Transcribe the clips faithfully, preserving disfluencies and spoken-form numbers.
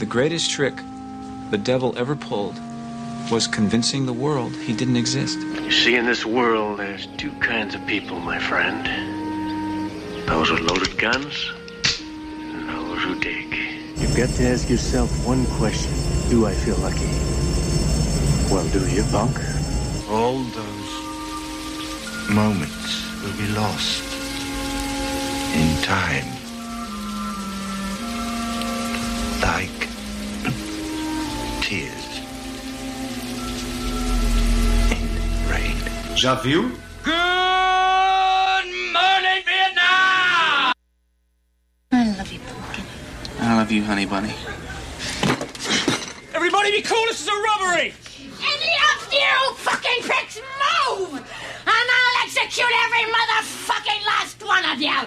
The greatest trick the devil ever pulled was convincing the world he didn't exist. You see, in this world, there's two kinds of people, my friend. Those with loaded guns, and those who dig. You've got to ask yourself one question. Do I feel lucky? Well, do you, punk? All those moments will be lost in time. Like tears in rain. Já viu? Good morning, Vietnam! I love you, Pumpkin. I love you, honey bunny. Everybody be cool, this is a robbery! Any of you fucking pricks move! And I'll execute every motherfucking last one of you!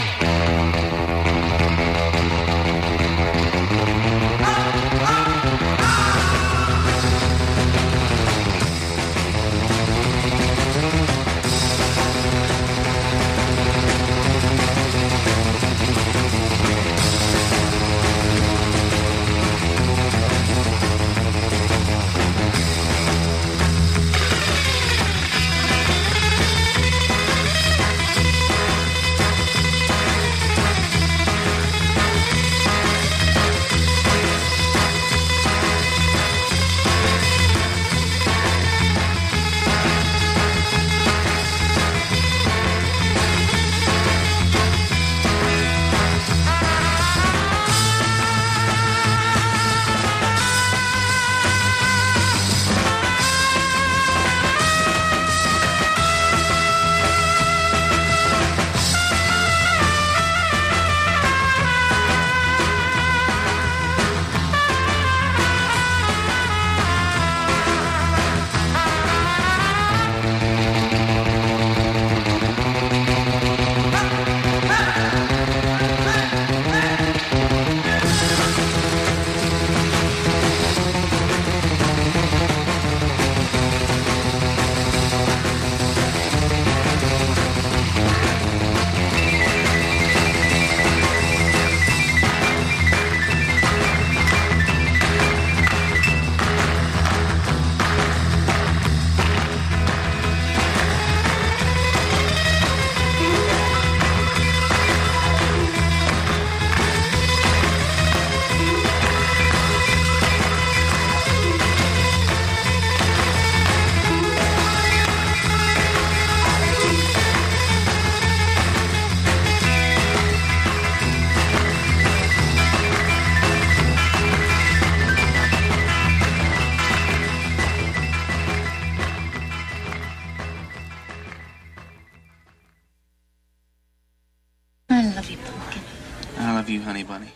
I love you, Pumpkin. I love you, honey bunny.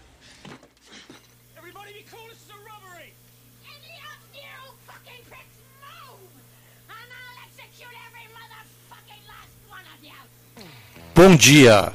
Everybody be cool, this is a robbery! Any of you fucking pricks move! And I'll execute every motherfucking last one of you! Bom dia!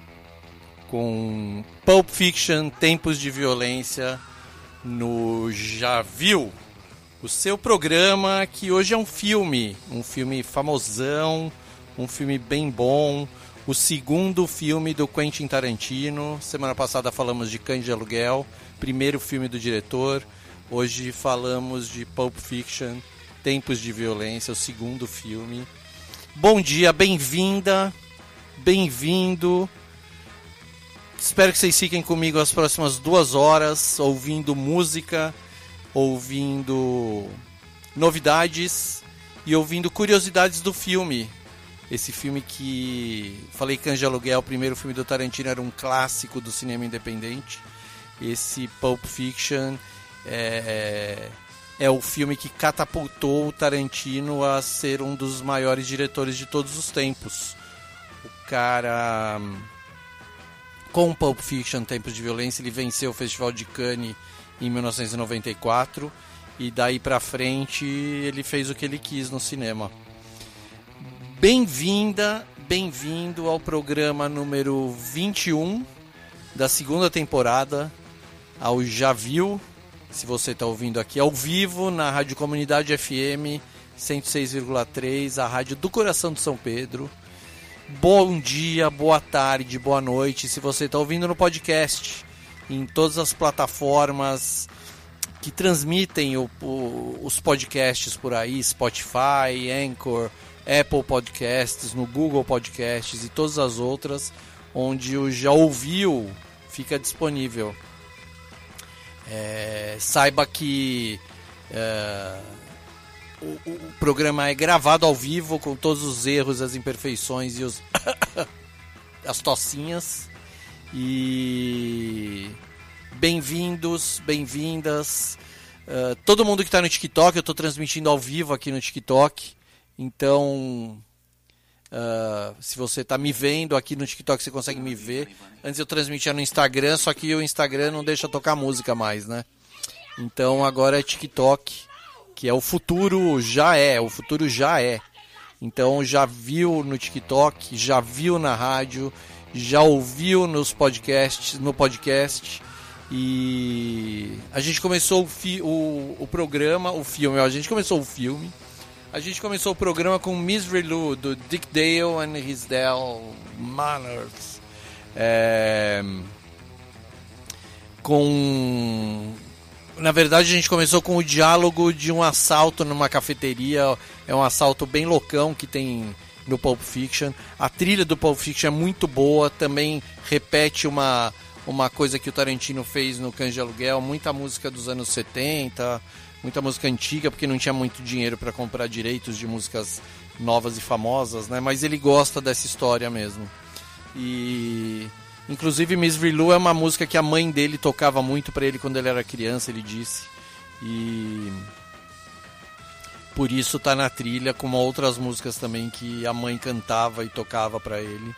Com Pulp Fiction, Tempos de Violência no Já Viu? O seu programa que hoje é um filme, um filme famosão, um filme bem bom, o segundo filme do Quentin Tarantino. Semana passada falamos de Cães de Aluguel, primeiro filme do diretor. Hoje falamos de Pulp Fiction, Tempos de Violência, o segundo filme. Bom dia, bem-vinda, bem-vindo. Espero que vocês fiquem comigo as próximas duas horas, ouvindo música, ouvindo novidades e ouvindo curiosidades do filme. Esse filme que... Falei Cães de Aluguel, o primeiro filme do Tarantino, era um clássico do cinema independente. Esse Pulp Fiction é, é o filme que catapultou o Tarantino a ser um dos maiores diretores de todos os tempos. O cara... Com Pulp Fiction, Tempos de Violência, ele venceu o Festival de Cannes em mil novecentos e noventa e quatro. E daí pra frente ele fez o que ele quis no cinema. Bem-vinda, bem-vindo ao programa número vinte e um da segunda temporada, ao Já Viu. Se você está ouvindo aqui ao vivo na Rádio Comunidade F M cento e seis vírgula três, a rádio do coração de São Pedro. Bom dia, boa tarde, boa noite se você está ouvindo no podcast. em todas as plataformas que transmitem o, o, os podcasts por aí, Spotify, Anchor, Apple Podcasts, no Google Podcasts e todas as outras, onde o Já Ouviu fica disponível. É, saiba que é, o, o programa é gravado ao vivo, com todos os erros, as imperfeições e os as tossinhas. E bem-vindos, bem-vindas. Uh, todo mundo que está no TikTok, eu estou transmitindo ao vivo aqui no TikTok. Então, uh, se você está me vendo aqui no TikTok, você consegue me ver. Antes eu transmitia no Instagram, só que o Instagram não deixa tocar música mais, né? Então agora é TikTok, que é o futuro, já é, o futuro já é. Então já viu no TikTok, já viu na rádio, já ouviu nos podcasts, no podcast. E a gente começou o, fi, o, o programa, o filme, a gente começou o filme. A gente começou o programa com Misery Lou, do Dick Dale and His Dale Manners. É, com... Na verdade, a gente começou com o diálogo de um assalto numa cafeteria. É um assalto bem loucão que tem no Pulp Fiction. A trilha do Pulp Fiction é muito boa. Também repete uma, uma coisa que o Tarantino fez no Cães de Aluguel. Muita música dos anos setenta, muita música antiga, porque não tinha muito dinheiro para comprar direitos de músicas novas e famosas, né? Mas ele gosta dessa história mesmo. E... inclusive, Misery Lou é uma música que a mãe dele tocava muito pra ele quando ele era criança, ele disse. E por isso tá na trilha, como outras músicas também que a mãe cantava e tocava pra ele.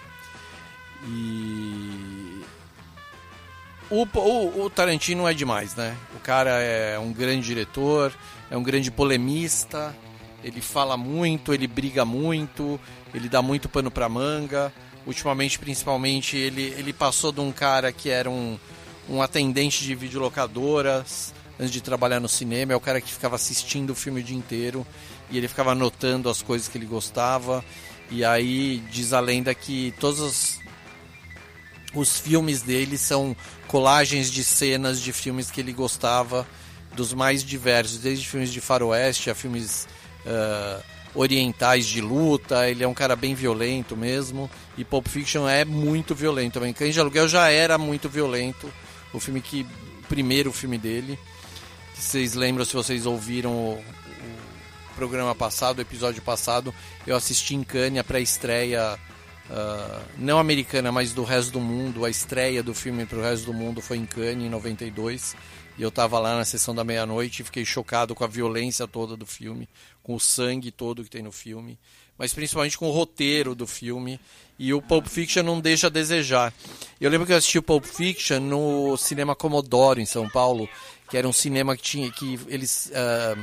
E o, o, o Tarantino é demais, né? O cara é um grande diretor, é um grande polemista, ele fala muito, ele briga muito, ele dá muito pano pra manga. Ultimamente, principalmente, ele, ele passou de um cara que era um, um atendente de videolocadoras antes de trabalhar no cinema. É o cara que ficava assistindo o filme o dia inteiro e ele ficava anotando as coisas que ele gostava. E aí diz a lenda que todos os, os filmes dele são colagens de cenas de filmes que ele gostava, dos mais diversos, desde filmes de faroeste a filmes... Uh, orientais de luta. Ele é um cara bem violento mesmo, e Pulp Fiction é muito violento também. Cães de Aluguel já era muito violento, o filme que o primeiro filme dele, que vocês lembram, se vocês ouviram o, o programa passado, o episódio passado, eu assisti em Cannes a pré-estreia, uh, não americana, mas do resto do mundo. A estreia do filme para o resto do mundo foi em Cannes em noventa e dois, e eu estava lá na sessão da meia-noite e fiquei chocado com a violência toda do filme, com o sangue todo que tem no filme, mas principalmente com o roteiro do filme. E o Pulp Fiction não deixa a desejar. Eu lembro que eu assisti o Pulp Fiction no Cinema Comodoro, em São Paulo, que era um cinema que tinha que eles uh,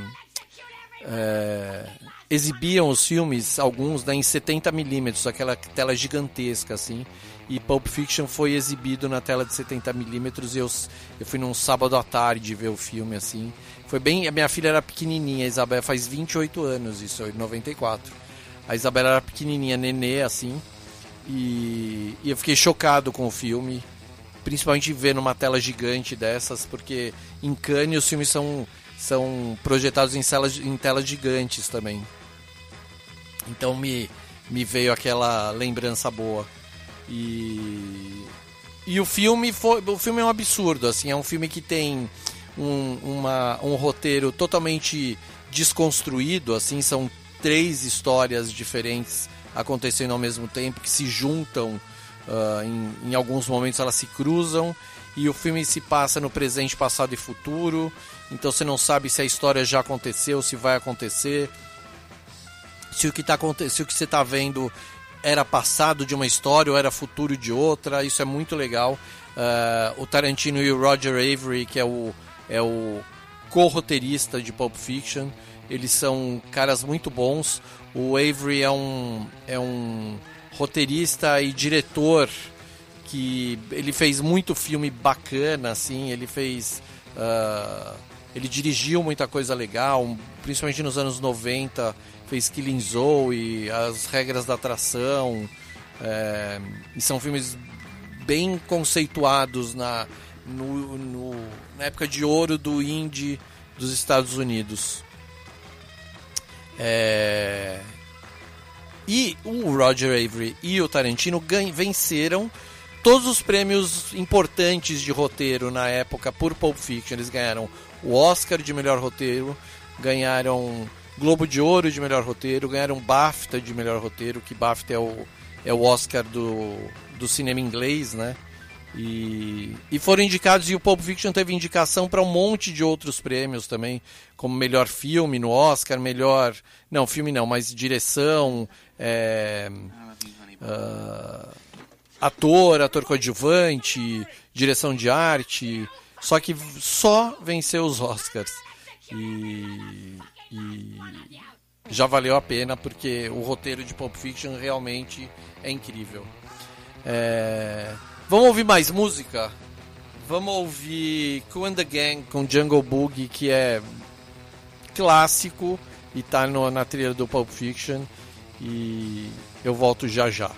uh, exibiam os filmes, alguns, né, em setenta milímetros, aquela tela gigantesca assim. E Pulp Fiction foi exibido na tela de setenta milímetros e eu, eu fui num sábado à tarde ver o filme assim. Foi bem... A minha filha era pequenininha, a Isabela, faz vinte e oito anos isso, em noventa e quatro. A Isabela era pequenininha, nenê, assim. E, e eu fiquei chocado com o filme, principalmente ver numa tela gigante dessas, porque em Cannes os filmes são, são projetados em telas, em telas gigantes também. Então me, me veio aquela lembrança boa. E, e o filme foi, o filme é um absurdo, assim, é um filme que tem um, uma, um roteiro totalmente desconstruído, assim, são três histórias diferentes acontecendo ao mesmo tempo, que se juntam, uh, em, em alguns momentos elas se cruzam, e o filme se passa no presente, passado e futuro, então você não sabe se a história já aconteceu, se vai acontecer, se o que, tá, se o que você está vendo era passado de uma história ou era futuro de outra. Isso é muito legal. Uh, o Tarantino e o Roger Avary, que é o, é o co-roteirista de Pulp Fiction, eles são caras muito bons. O Avary é um, é um roteirista e diretor que ele fez muito filme bacana, assim. Ele fez uh, ele dirigiu muita coisa legal, principalmente nos anos noventa. Fez Killing Zoe, As Regras da Atração, é, e são filmes bem conceituados na, no, no, na época de ouro do indie dos Estados Unidos. É... E o Roger Avary e o Tarantino ganha, venceram todos os prêmios importantes de roteiro na época por Pulp Fiction. Eles ganharam o Oscar de melhor roteiro, ganharam Globo de Ouro de melhor roteiro, ganharam BAFTA de melhor roteiro, que BAFTA é o, é o Oscar do, do cinema inglês, né? E, e foram indicados, e o Pulp Fiction teve indicação para um monte de outros prêmios também, como melhor filme no Oscar, melhor... Não, filme não, mas direção, é, uh, ator, ator coadjuvante, direção de arte, só que só venceu os Oscars. E, e já valeu a pena, porque o roteiro de Pulp Fiction realmente é incrível. É... Vamos ouvir mais música? Vamos ouvir Kool and the Gang com Jungle Boogie, que é clássico e tá no, na trilha do Pulp Fiction. E eu volto já já.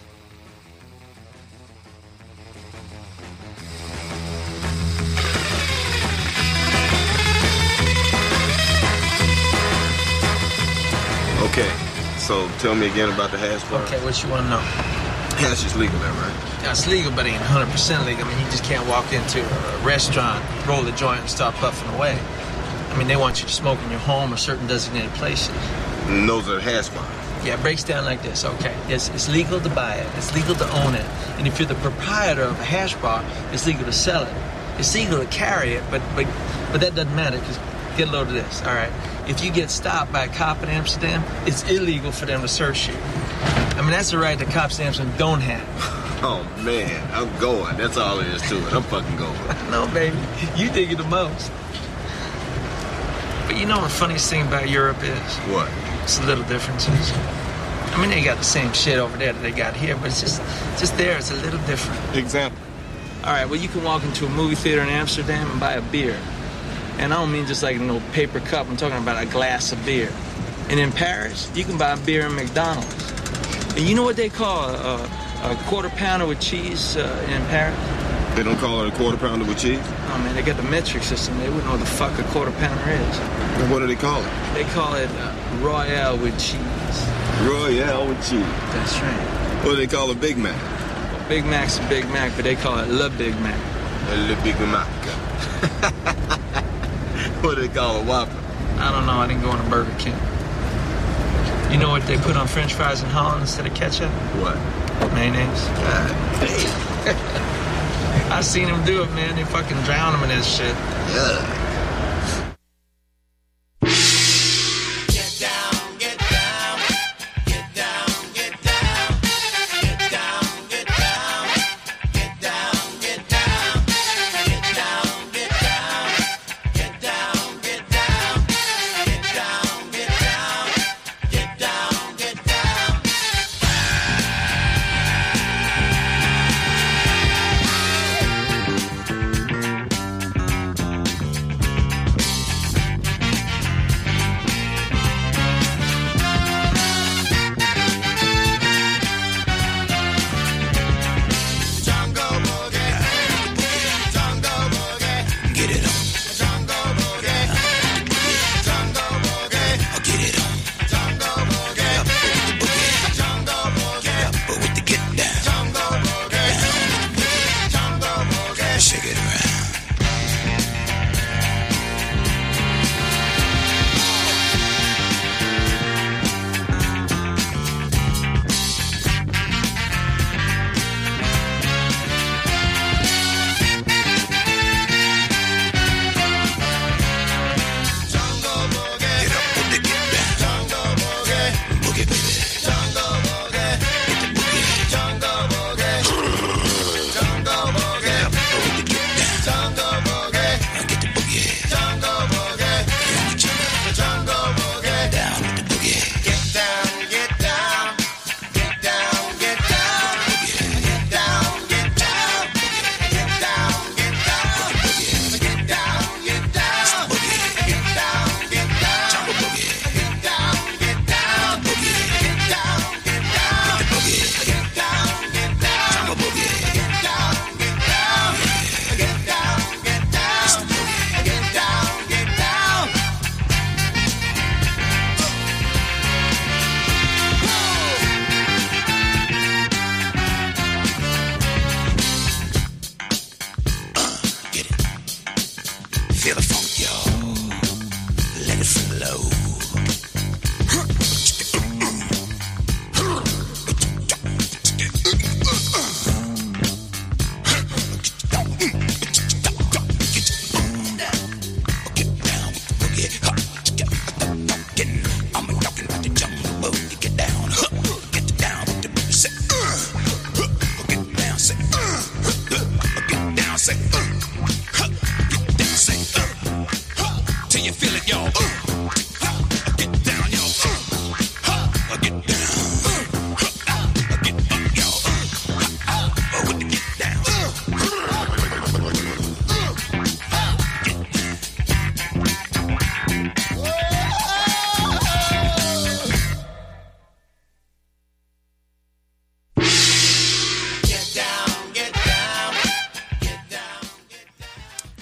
Okay, so tell me again about the hash bar. Okay, what you want to know? Hash is legal there, right? Yeah, it's legal, but it ain't one hundred percent legal. I mean, you just can't walk into a restaurant, roll a joint, and start puffing away. I mean, they want you to smoke in your home or certain designated places. And those are hash bars. Yeah, it breaks down like this. Okay, it's, it's legal to buy it. It's legal to own it. And if you're the proprietor of a hash bar, it's legal to sell it. It's legal to carry it, but but, but that doesn't matter, because get a load of this, all right? If you get stopped by a cop in Amsterdam, it's illegal for them to search you. I mean, that's the right that cops in Amsterdam don't have. Oh, man, I'm going. That's all there is to it. I'm fucking going. No, baby, you dig it the most. But you know what the funniest thing about Europe is? What? It's the little differences. I mean, they got the same shit over there that they got here, but it's just, just there, it's a little different. Example? All right, well, you can walk into a movie theater in Amsterdam and buy a beer. And I don't mean just like a little paper cup. I'm talking about a glass of beer. And in Paris, you can buy a beer in McDonald's. And you know what they call a, a, a quarter pounder with cheese uh, in Paris? They don't call it a quarter pounder with cheese? Oh, man, they got the metric system. They wouldn't know what the fuck a quarter pounder is. And what do they call it? They call it uh, Royale with cheese. Royale with cheese. That's right. What do they call a Big Mac? Well, Big Mac's a Big Mac, but they call it Le Big Mac. Le Big Mac. What do they call a Whopper? I don't know. I didn't go on a Burger King. You know what they put on French fries in Holland instead of ketchup? What? Mayonnaise. God damn. I seen them do it, man. They fucking drown them in this shit. Yeah.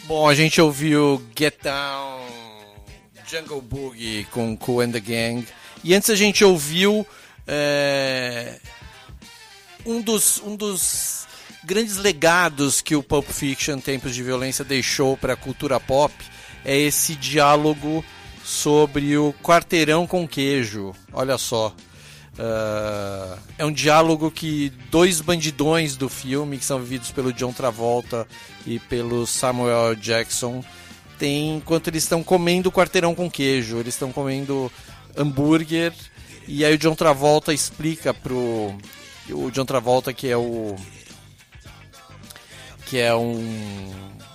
Bom, a gente ouviu Get Down, Jungle Boogie com Kool and the Gang. E antes a gente ouviu é, um, dos, um dos grandes legados que o Pulp Fiction, Tempos de Violência, deixou para a cultura pop. É esse diálogo sobre o quarteirão com queijo. Olha só. Uh, é um diálogo que dois bandidões do filme, que são vividos pelo John Travolta e pelo Samuel L. Jackson, têm enquanto eles estão comendo quarteirão com queijo. Eles estão comendo hambúrguer. E aí o John Travolta explica pro... O John Travolta, que é o... Que é um...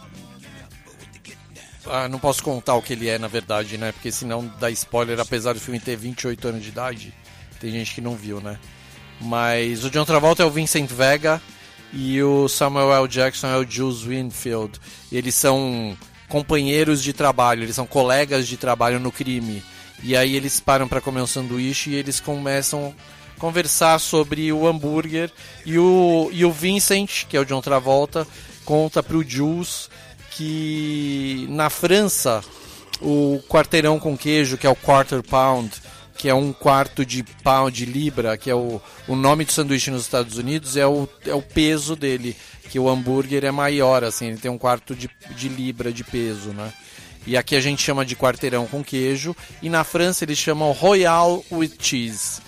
Ah, não posso contar o que ele é, na verdade, né? Porque senão dá spoiler, apesar do filme ter vinte e oito anos de idade. Tem gente que não viu, né? Mas o John Travolta é o Vincent Vega e o Samuel L. Jackson é o Jules Winfield. Eles são companheiros de trabalho, eles são colegas de trabalho no crime. E aí eles param para comer um sanduíche e eles começam a conversar sobre o hambúrguer. E o, e o Vincent, que é o John Travolta, conta pro Jules que na França o quarteirão com queijo, que é o quarter pound, que é um quarto de pound de libra, que é o, o nome do sanduíche nos Estados Unidos, é o, é o peso dele, que o hambúrguer é maior, assim, ele tem um quarto de, de libra de peso, né? E aqui a gente chama de quarteirão com queijo, e na França eles chamam Royal with cheese,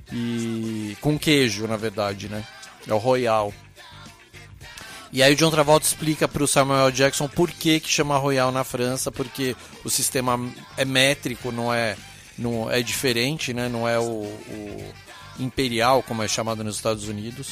e com queijo, na verdade, né? É o Royal. E aí o John Travolta explica para o Samuel L. Jackson por que que chama Royal na França, porque o sistema é métrico, não é... Não, é diferente, né? Não é o, o imperial, como é chamado nos Estados Unidos.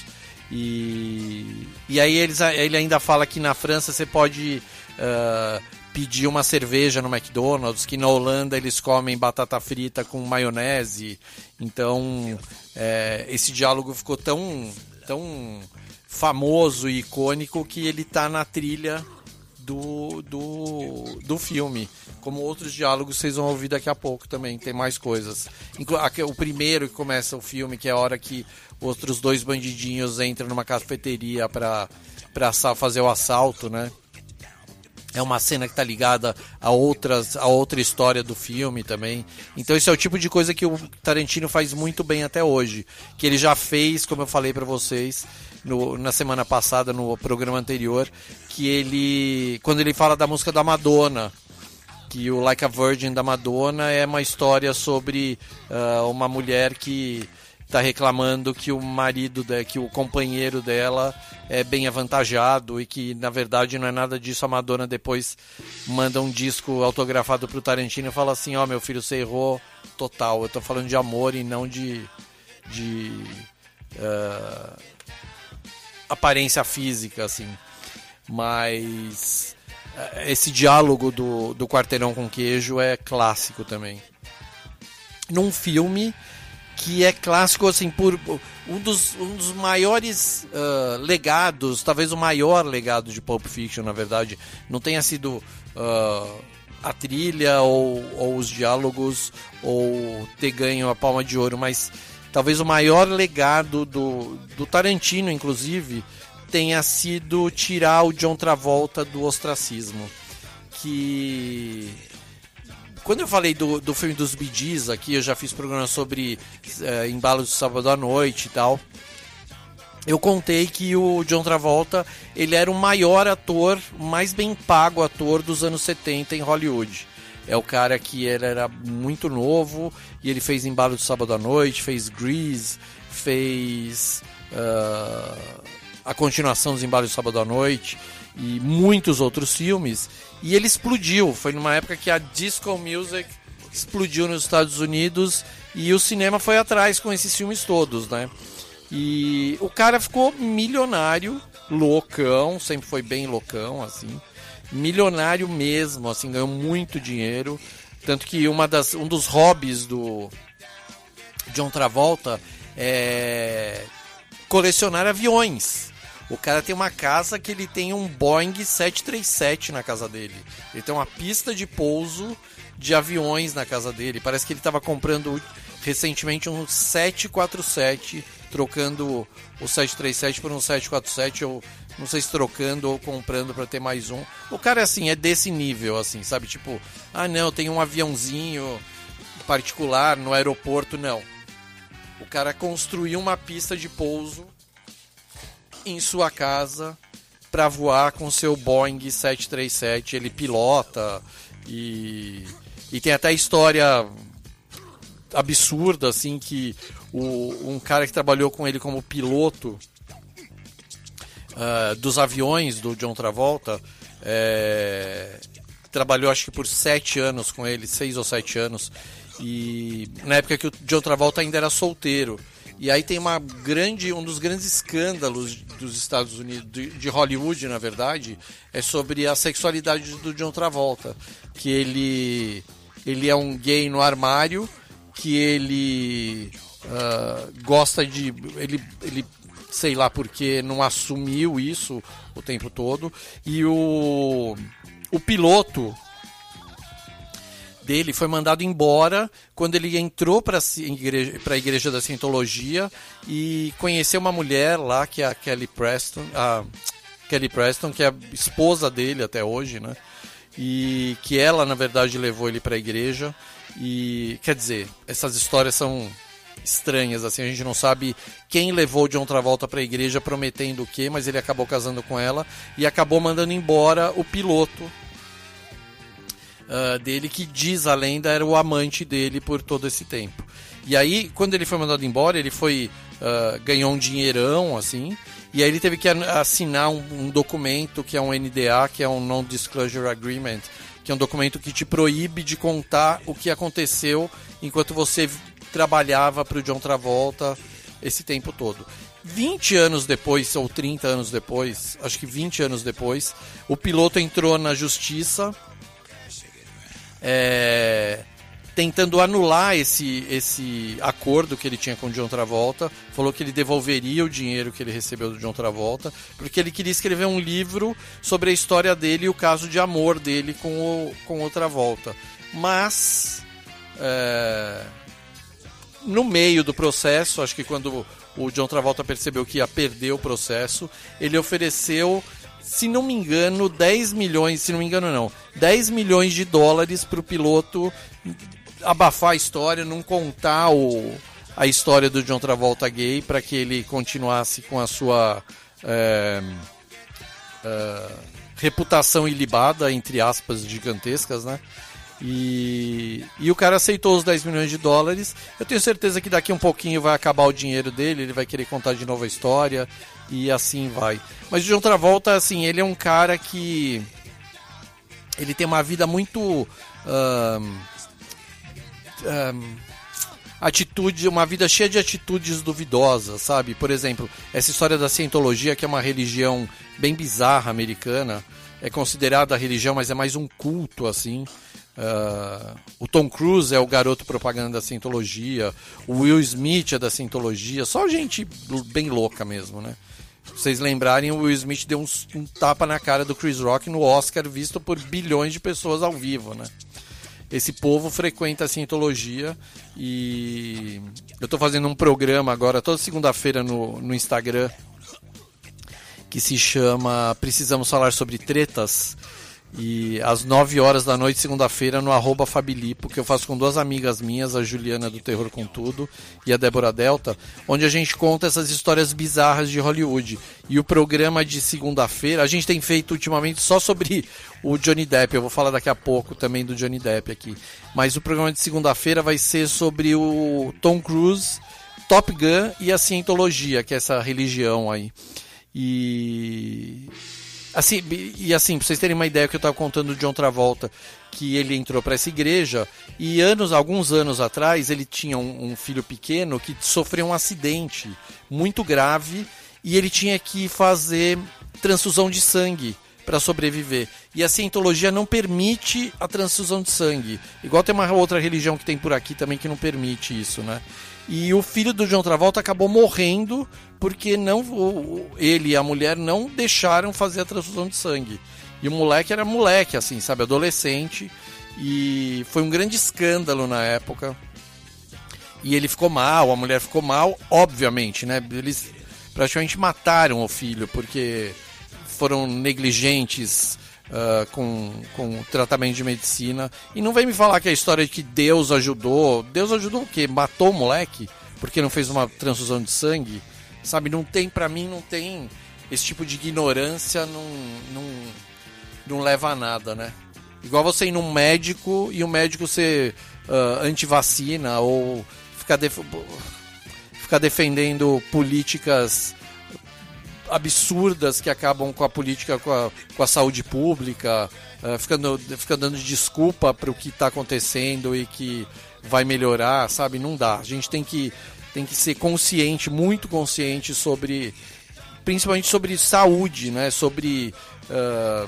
E, e aí eles, ele ainda fala que na França você pode uh, pedir uma cerveja no McDonald's, que na Holanda eles comem batata frita com maionese. Então é, esse diálogo ficou tão, tão famoso e icônico que ele está na trilha do, do, do filme. Como outros diálogos vocês vão ouvir daqui a pouco também, tem mais coisas. O primeiro que começa o filme, que é a hora que outros dois bandidinhos entram numa cafeteria para fazer o assalto, né? É uma cena que tá ligada a, outras, a outra história do filme também. Então esse é o tipo de coisa que o Tarantino faz muito bem até hoje. Que ele já fez, como eu falei para vocês no, na semana passada, no programa anterior, que ele, quando ele fala da música da Madonna, que o Like a Virgin da Madonna é uma história sobre uh, uma mulher que está reclamando que o marido, de, que o companheiro dela é bem avantajado e que na verdade não é nada disso. A Madonna depois manda um disco autografado pro Tarantino e fala assim: ó, oh, meu filho, você errou total, eu tô falando de amor e não de, de uh, aparência física, assim. Mas esse diálogo do, do quarteirão com queijo é clássico também. Num filme que é clássico, assim, por um dos, um dos maiores uh, legados, talvez o maior legado de Pulp Fiction, na verdade. Não tenha sido uh, a trilha ou, ou os diálogos ou ter ganho a Palma de Ouro, mas talvez o maior legado do, do Tarantino, inclusive, tenha sido tirar o John Travolta do ostracismo. Que... Quando eu falei do, do filme dos Bee Gees aqui, eu já fiz programa sobre é, embalos de sábado à noite e tal. Eu contei que o John Travolta, ele era o maior ator, o mais bem pago ator dos anos setenta em Hollywood. É o cara que ele era muito novo e ele fez Embalo de Sábado à Noite, fez Grease, fez uh, a continuação dos Embalos de Sábado à Noite e muitos outros filmes. E ele explodiu, foi numa época que a disco music explodiu nos Estados Unidos e o cinema foi atrás com esses filmes todos, né? E o cara ficou milionário, loucão, sempre foi bem loucão, assim, milionário mesmo, assim, ganhou muito dinheiro, tanto que uma das, um dos hobbies do John Travolta é colecionar aviões. O cara tem uma casa que ele tem um Boeing sete três sete na casa dele. Ele tem uma pista de pouso de aviões na casa dele. Parece que ele estava comprando recentemente um sete quatro sete, trocando o sete três sete por um sete quatro sete, ou não sei se trocando ou comprando para ter mais um. O cara é assim, é desse nível, assim, sabe? Tipo, ah não, tem um aviãozinho particular no aeroporto, não. O cara construiu uma pista de pouso em sua casa para voar com seu Boeing sete três sete. Ele pilota e, e tem até história absurda, assim, que o, um cara que trabalhou com ele como piloto uh, dos aviões do John Travolta, é, trabalhou acho que por sete anos com ele, seis ou sete anos, e na época que o John Travolta ainda era solteiro. E aí tem uma grande, um dos grandes escândalos dos Estados Unidos, de, de Hollywood, na verdade, é sobre a sexualidade do John Travolta, que ele, ele é um gay no armário, que ele uh, gosta de... Ele, ele, sei lá porque, não assumiu isso o tempo todo. E o, o piloto dele foi mandado embora quando ele entrou para a igreja da Scientologia e conheceu uma mulher lá, que é a Kelly Preston, a Kelly Preston, que é a esposa dele até hoje, né? E que ela, na verdade, levou ele para a igreja. E, quer dizer, essas histórias são estranhas, assim, a gente não sabe quem levou o John Travolta para a igreja prometendo o quê, mas ele acabou casando com ela e acabou mandando embora o piloto uh, dele, que diz a lenda era o amante dele por todo esse tempo. E aí, quando ele foi mandado embora, ele foi uh, ganhou um dinheirão, assim, e aí ele teve que assinar um, um documento que é um N D A, que é um Non-Disclosure Agreement, que é um documento que te proíbe de contar o que aconteceu enquanto você trabalhava para o John Travolta esse tempo todo. vinte anos depois, ou trinta anos depois, acho que vinte anos depois, o piloto entrou na justiça é, tentando anular esse, esse acordo que ele tinha com o John Travolta. Falou que ele devolveria o dinheiro que ele recebeu do John Travolta, porque ele queria escrever um livro sobre a história dele e o caso de amor dele com o, com o Travolta. Mas, é, no meio do processo, acho que quando o John Travolta percebeu que ia perder o processo, ele ofereceu, se não me engano, dez milhões, se não me engano não, dez milhões de dólares para o piloto abafar a história, não contar o, a história do John Travolta gay, para que ele continuasse com a sua é, é, reputação ilibada, entre aspas, gigantescas, né? E, e o cara aceitou os dez milhões de dólares. Eu tenho certeza que daqui um pouquinho vai acabar o dinheiro dele, ele vai querer contar de novo a história, e assim vai. Mas o John Travolta, assim, ele é um cara que ele tem uma vida muito um, um, atitude, uma vida cheia de atitudes duvidosas, sabe? Por exemplo, essa história da Scientologia, que é uma religião bem bizarra americana, é considerada a religião, mas é mais um culto, assim. Uh, o Tom Cruise é o garoto propaganda da Scientologia, o Will Smith é da Scientologia, só gente bem louca mesmo, né? Se vocês lembrarem, o Will Smith deu um, um tapa na cara do Chris Rock no Oscar, visto por bilhões de pessoas ao vivo, né? Esse povo frequenta a Scientologia e eu tô fazendo um programa agora, toda segunda-feira no, no Instagram, que se chama Precisamos Falar Sobre Tretas, e às nove horas da noite, segunda-feira, no arroba Fabilipo, que eu faço com duas amigas minhas, a Juliana do Terror com Tudo e a Débora Delta, onde a gente conta essas histórias bizarras de Hollywood. E o programa de segunda-feira, a gente tem feito ultimamente só sobre o Johnny Depp, eu vou falar daqui a pouco também do Johnny Depp aqui, mas o programa de segunda-feira vai ser sobre o Tom Cruise, Top Gun e a Scientologia, que é essa religião aí. E... Assim, e assim, pra vocês terem uma ideia, que eu estava contando do John Travolta, que ele entrou para essa igreja e anos, alguns anos atrás ele tinha um, um filho pequeno que sofreu um acidente muito grave e ele tinha que fazer transfusão de sangue para sobreviver. E a cientologia não permite a transfusão de sangue. Igual tem uma outra religião que tem por aqui também que não permite isso, né? E o filho do John Travolta acabou morrendo porque não, ele e a mulher não deixaram fazer a transfusão de sangue. E o moleque era moleque, assim, sabe? Adolescente. E foi um grande escândalo na época. E ele ficou mal, a mulher ficou mal, obviamente, né? Eles praticamente mataram o filho porque foram negligentes uh, com, com o tratamento de medicina. E não vem me falar que a história de que Deus ajudou. Deus ajudou o quê? Matou o moleque porque não fez uma transfusão de sangue? Sabe, não tem, pra mim, não tem... Esse tipo de ignorância não, não, não leva a nada, né? Igual você ir num médico e o médico ser uh, anti-vacina ou ficar, def... ficar defendendo políticas absurdas que acabam com a política, com a, com a saúde pública, uh, ficando, ficando dando desculpa para o que está acontecendo e que vai melhorar, sabe? Não dá. A gente tem que, tem que ser consciente, muito consciente sobre, principalmente sobre saúde, né? Sobre uh,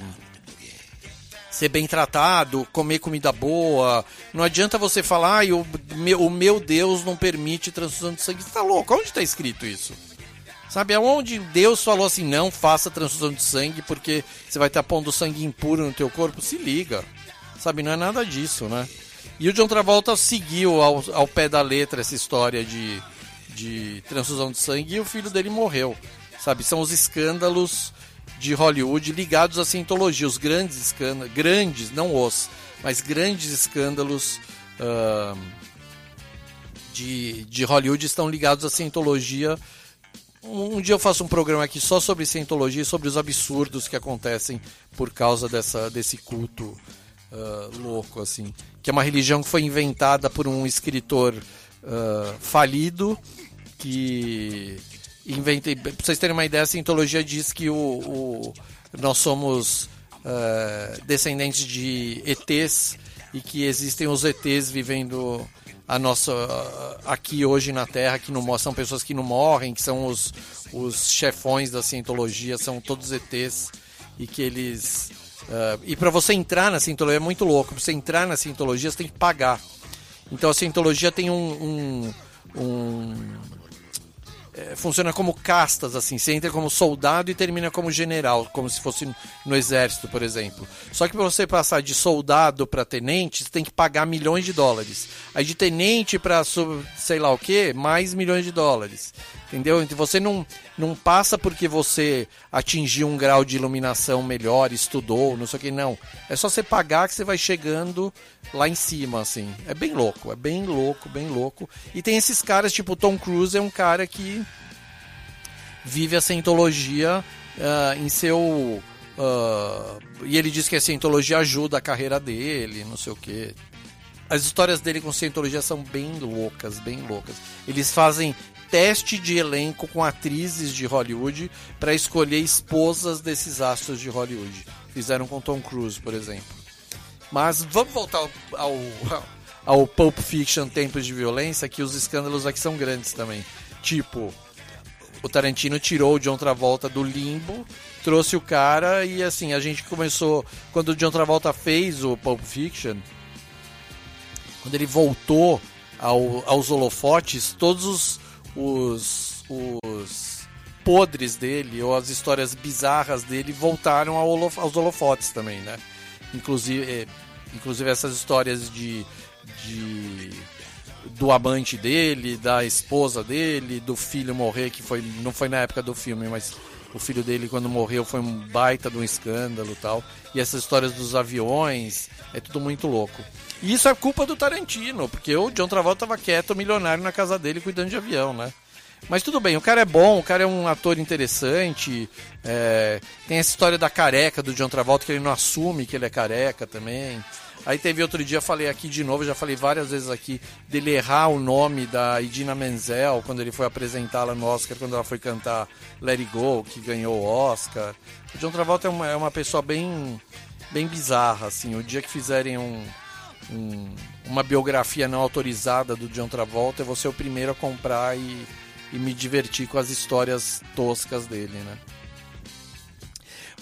ser bem tratado, comer comida boa. Não adianta você falar, ah, o, meu, o meu Deus não permite transfusão de sangue. Você tá louco? Onde está escrito isso? Sabe, aonde Deus falou assim, não faça transfusão de sangue porque você vai estar pondo sangue impuro no teu corpo? Se liga. Sabe, não é nada disso, né? E o John Travolta seguiu ao, ao pé da letra essa história de, de transfusão de sangue e o filho dele morreu. Sabe, são os escândalos de Hollywood ligados à cientologia. Os grandes escândalos, grandes, não os, mas grandes escândalos uh, de, de Hollywood estão ligados à cientologia. Um dia eu faço um programa aqui só sobre cientologia e sobre os absurdos que acontecem por causa dessa, desse culto uh, louco, assim. Que é uma religião que foi inventada por um escritor uh, falido, que inventei. Pra vocês terem uma ideia, a cientologia diz que o, o, nós somos uh, descendentes de E Tês e que existem os E Tês vivendo a nossa, aqui hoje na Terra, que não, são pessoas que não morrem, que são os, os chefões da cientologia, são todos E Tês, e que eles... Uh, e para você entrar na cientologia, é muito louco, para você entrar na cientologia você tem que pagar. Então a cientologia tem um... um, um é, funciona como castas, assim, você entra como soldado e termina como general, como se fosse no exército, por exemplo. Só que para você passar de soldado para tenente, você tem que pagar milhões de dólares. Aí de tenente para sei lá o que, mais milhões de dólares. Entendeu? Então você não, não passa porque você atingiu um grau de iluminação melhor, estudou, não sei o que, não. É só você pagar que você vai chegando lá em cima, assim. É bem louco, é bem louco, bem louco. E tem esses caras, tipo o Tom Cruise é um cara que vive a cientologia uh, em seu... Uh, e ele diz que a cientologia ajuda a carreira dele, não sei o que. As histórias dele com cientologia são bem loucas, bem loucas. Eles fazem teste de elenco com atrizes de Hollywood para escolher esposas desses astros de Hollywood. Fizeram com Tom Cruise, por exemplo. Mas vamos voltar ao, ao, ao Pulp Fiction, Tempos de Violência, que os escândalos aqui são grandes também. Tipo, o Tarantino tirou o John Travolta do limbo, trouxe o cara e assim, a gente começou... Quando o John Travolta fez o Pulp Fiction, quando ele voltou ao, aos holofotes, todos os Os, os podres dele ou as histórias bizarras dele voltaram ao holof- aos holofotes também, né? Inclusive, é, inclusive essas histórias de, de do amante dele, da esposa dele, do filho morrer, que foi, não foi na época do filme, mas o filho dele quando morreu foi um baita de um escândalo e tal. E essas histórias dos aviões, é tudo muito louco. E isso é culpa do Tarantino, porque o John Travolta estava quieto, milionário na casa dele, cuidando de avião, né? Mas tudo bem, o cara é bom, o cara é um ator interessante, é... tem essa história da careca do John Travolta, que ele não assume que ele é careca também. Aí teve outro dia, falei aqui de novo, já falei várias vezes aqui, dele errar o nome da Idina Menzel, quando ele foi apresentá-la no Oscar, quando ela foi cantar Let It Go, que ganhou o Oscar. O John Travolta é uma, é uma pessoa bem, bem bizarra, assim. O dia que fizerem um... Um, uma biografia não autorizada do John Travolta, eu vou ser o primeiro a comprar e, e me divertir com as histórias toscas dele, né?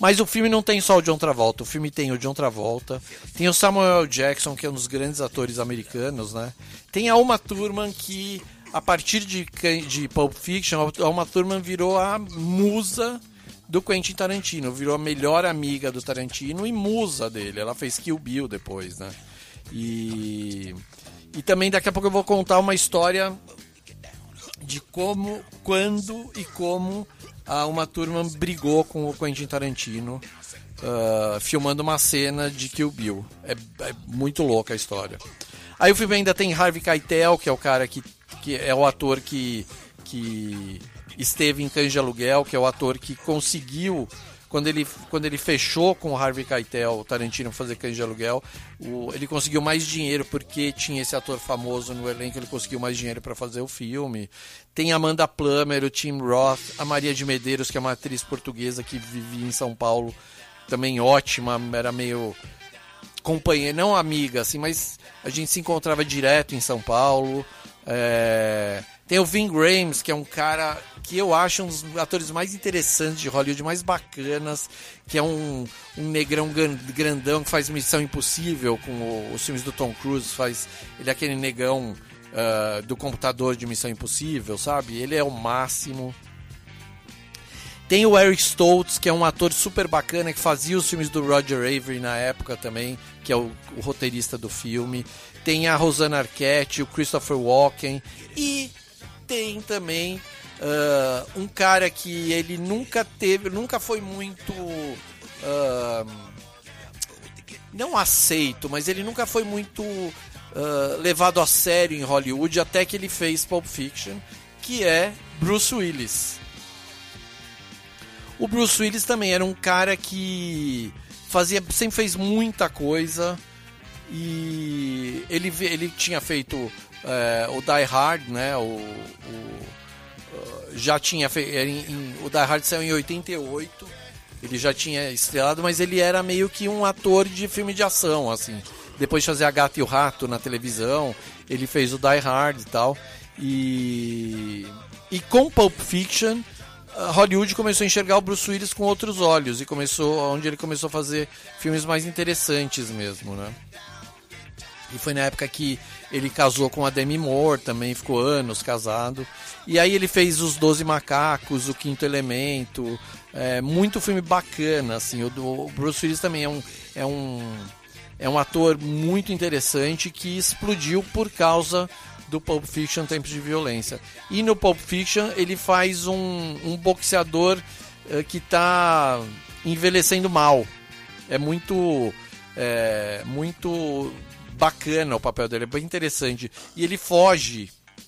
Mas o filme não tem só o John Travolta, o filme tem o John Travolta, tem o Samuel L. Jackson, que é um dos grandes atores americanos, né? Tem a Uma Thurman, que a partir de, de Pulp Fiction, a Uma Thurman virou a musa do Quentin Tarantino, virou a melhor amiga do Tarantino e musa dele. Ela fez Kill Bill depois, né? E, e também daqui a pouco eu vou contar uma história de como, quando e como a Uma Thurman brigou com o Quentin Tarantino uh, filmando uma cena de Kill Bill. É, é muito louca a história. Aí o filme ainda tem Harvey Keitel, que é o cara que, que é o ator que, que esteve em Cães de Aluguel, que é o ator que conseguiu, quando ele, quando ele fechou com o Harvey Keitel, o Tarantino, fazer Cães de Aluguel, o, ele conseguiu mais dinheiro porque tinha esse ator famoso no elenco, ele conseguiu mais dinheiro para fazer o filme. Tem a Amanda Plummer, o Tim Roth, a Maria de Medeiros, que é uma atriz portuguesa que vivia em São Paulo, também ótima, era meio companheira, não amiga, assim, mas a gente se encontrava direto em São Paulo. É... Tem o Ving Rhames, que é um cara que eu acho um dos atores mais interessantes de Hollywood, mais bacanas, que é um, um negrão grandão que faz Missão Impossível com o, os filmes do Tom Cruise, faz, ele é aquele negão uh, do computador de Missão Impossível, sabe? Ele é o máximo. Tem o Eric Stoltz, que é um ator super bacana, que fazia os filmes do Roger Avery na época também, que é o, o roteirista do filme. Tem a Rosanna Arquette, o Christopher Walken. E tem também uh, um cara que ele nunca teve, nunca foi muito... Uh, não aceito, mas ele nunca foi muito uh, levado a sério em Hollywood, até que ele fez Pulp Fiction, que é Bruce Willis. O Bruce Willis também era um cara que fazia, sempre fez muita coisa, e ele, ele tinha feito é, o Die Hard, né? O, o, já tinha feito, o Die Hard saiu em oitenta e oito, ele já tinha estrelado, mas ele era meio que um ator de filme de ação, assim. Depois de fazer A Gata e o Rato na televisão, ele fez o Die Hard e tal. E, e com Pulp Fiction, Hollywood começou a enxergar o Bruce Willis com outros olhos, e começou, onde ele começou a fazer filmes mais interessantes mesmo, né? E foi na época que ele casou com a Demi Moore, também ficou anos casado. E aí ele fez Os Doze Macacos, O Quinto Elemento, é, muito filme bacana, assim. O, o Bruce Willis também é um, é, um, é um ator muito interessante que explodiu por causa do Pulp Fiction, Tempos de Violência. E no Pulp Fiction ele faz um, um boxeador uh, que está envelhecendo mal. É muito, é, muito bacana o papel dele, é bem interessante. E ele foge.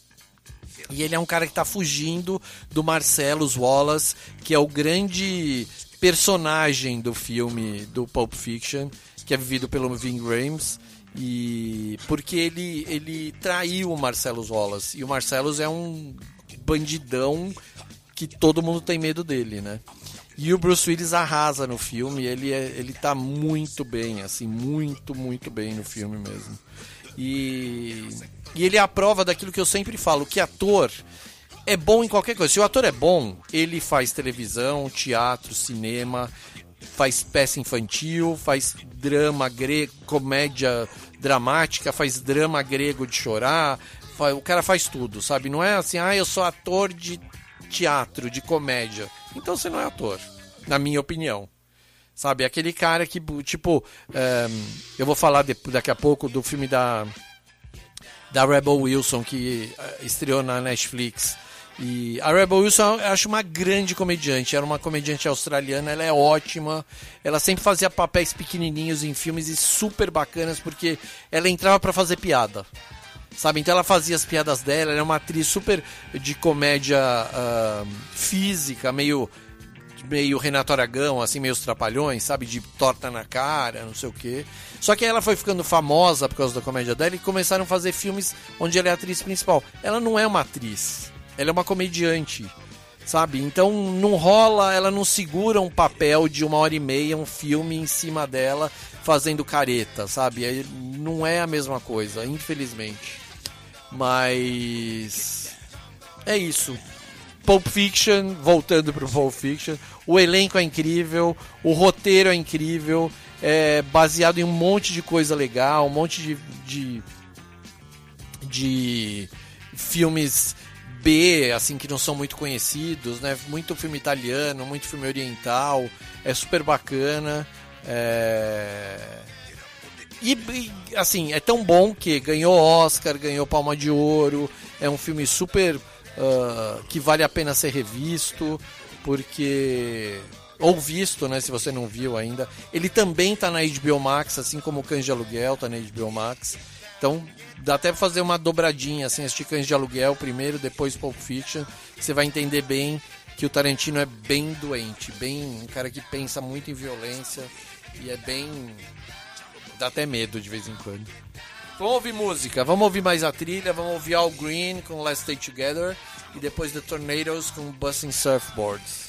E ele é um cara que está fugindo do Marcellus Wallace, que é o grande personagem do filme do Pulp Fiction, que é vivido pelo Ving Rhames. E porque ele, ele traiu o Marcellus Wallace. E o Marcellus é um bandidão que todo mundo tem medo dele, né? E o Bruce Willis arrasa no filme. Ele, é, ele tá muito bem, assim, muito, muito bem no filme mesmo. E, e ele é a prova daquilo que eu sempre falo, que ator é bom em qualquer coisa. Se o ator é bom, ele faz televisão, teatro, cinema, faz peça infantil, faz drama grego, comédia dramática, faz drama grego de chorar, faz, o cara faz tudo, sabe? Não é assim, ah, eu sou ator de teatro, de comédia. Então você não é ator, na minha opinião. Sabe, aquele cara que, tipo, é, eu vou falar de, daqui a pouco do filme da, da Rebel Wilson, que estreou na Netflix. E a Rebel Wilson eu acho uma grande comediante, era uma comediante australiana, ela é ótima, ela sempre fazia papéis pequenininhos em filmes e super bacanas, porque ela entrava pra fazer piada, sabe? Então ela fazia as piadas dela, ela é uma atriz super de comédia uh, física, meio, meio Renato Aragão, assim, meio os Trapalhões, sabe? De torta na cara, não sei o quê. Só que ela foi ficando famosa por causa da comédia dela e começaram a fazer filmes onde ela é a atriz principal. Ela não é uma atriz, ela é uma comediante, sabe? Então não rola, ela não segura um papel de uma hora e meia, um filme em cima dela fazendo careta, sabe? Não é a mesma coisa, infelizmente. Mas é isso. Pulp Fiction, voltando pro Pulp Fiction, o elenco é incrível, o roteiro é incrível, é baseado em um monte de coisa legal, um monte de, de, de filmes B, assim, que não são muito conhecidos, né? Muito filme italiano, muito filme oriental, é super bacana. É... E, e, assim, é tão bom que ganhou Oscar, ganhou Palma de Ouro, é um filme super... Uh, que vale a pena ser revisto, porque... ou visto, né, se você não viu ainda. Ele também tá na H B O Max, assim como o Cães de Aluguel tá na H B O Max. Então dá até pra fazer uma dobradinha, assim, assistir Cães de Aluguel primeiro, depois Pulp Fiction. Você vai entender bem que o Tarantino é bem doente, bem um cara que pensa muito em violência e é bem... dá até medo de vez em quando. Vamos ouvir música, vamos ouvir mais a trilha, vamos ouvir Al Green com Let's Stay Together e depois The Tornadoes com Busting Surfboards.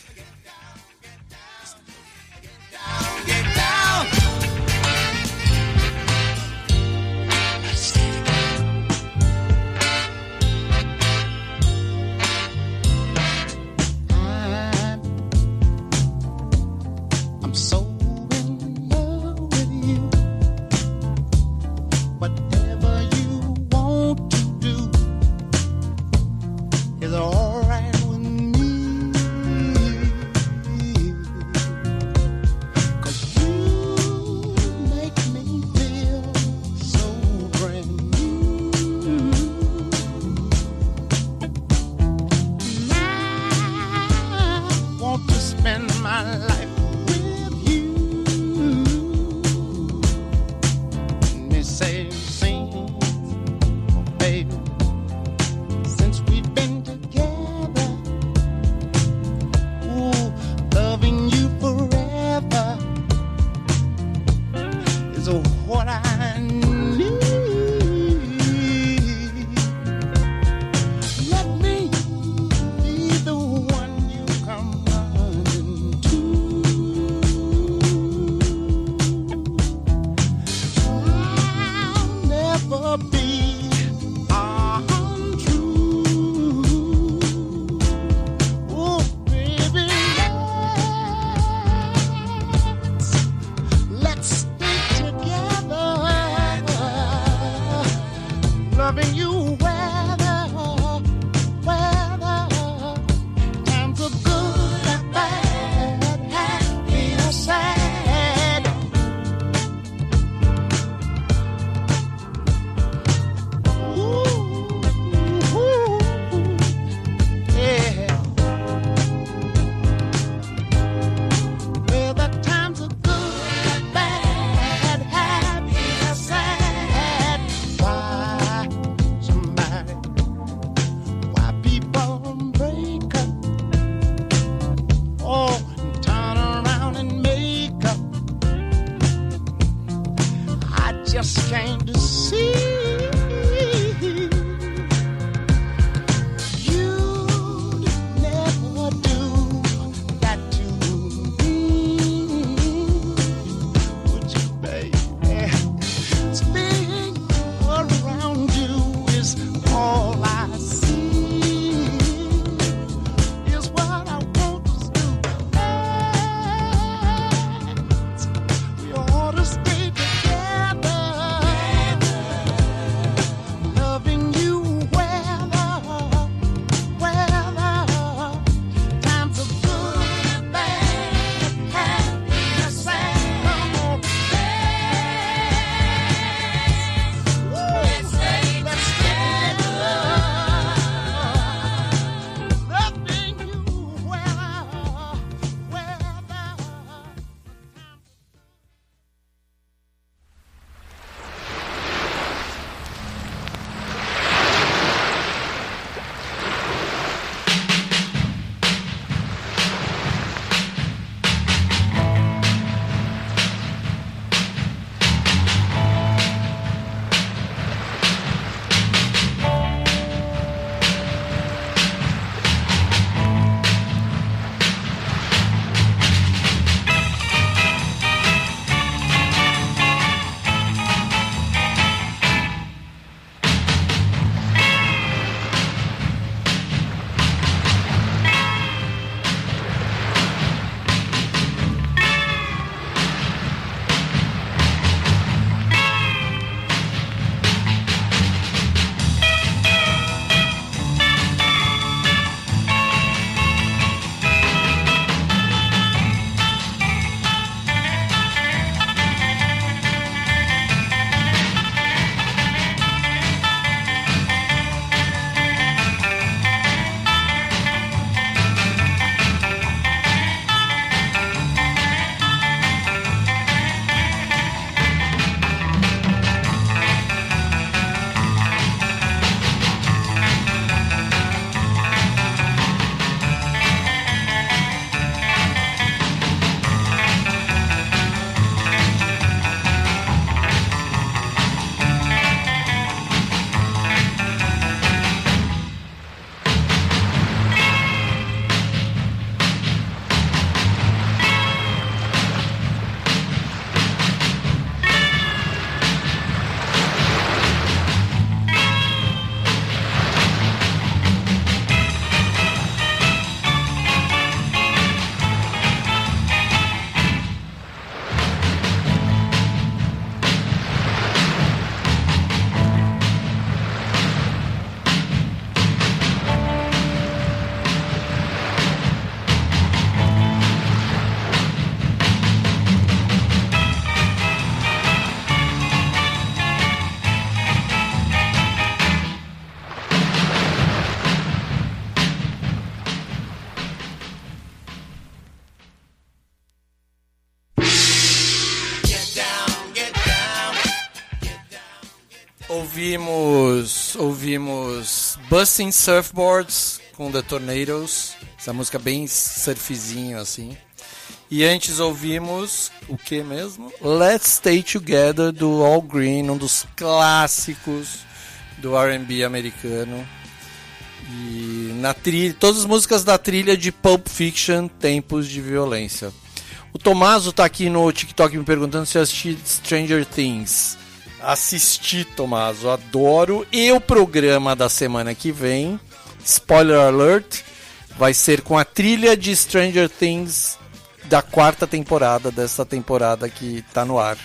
Ouvimos, ouvimos Busting Surfboards com The Tornadoes, essa música bem surfzinho assim. E antes ouvimos o que mesmo? Let's Stay Together do Al Green, um dos clássicos do R and B americano. E na trilha, todas as músicas da trilha de Pulp Fiction, Tempos de Violência. O Tomaso tá aqui no TikTok me perguntando se eu assisti Stranger Things. Assisti, Tomaso, adoro. E o programa da semana que vem, spoiler alert, vai ser com a trilha de Stranger Things da quarta temporada, dessa temporada que tá no ar.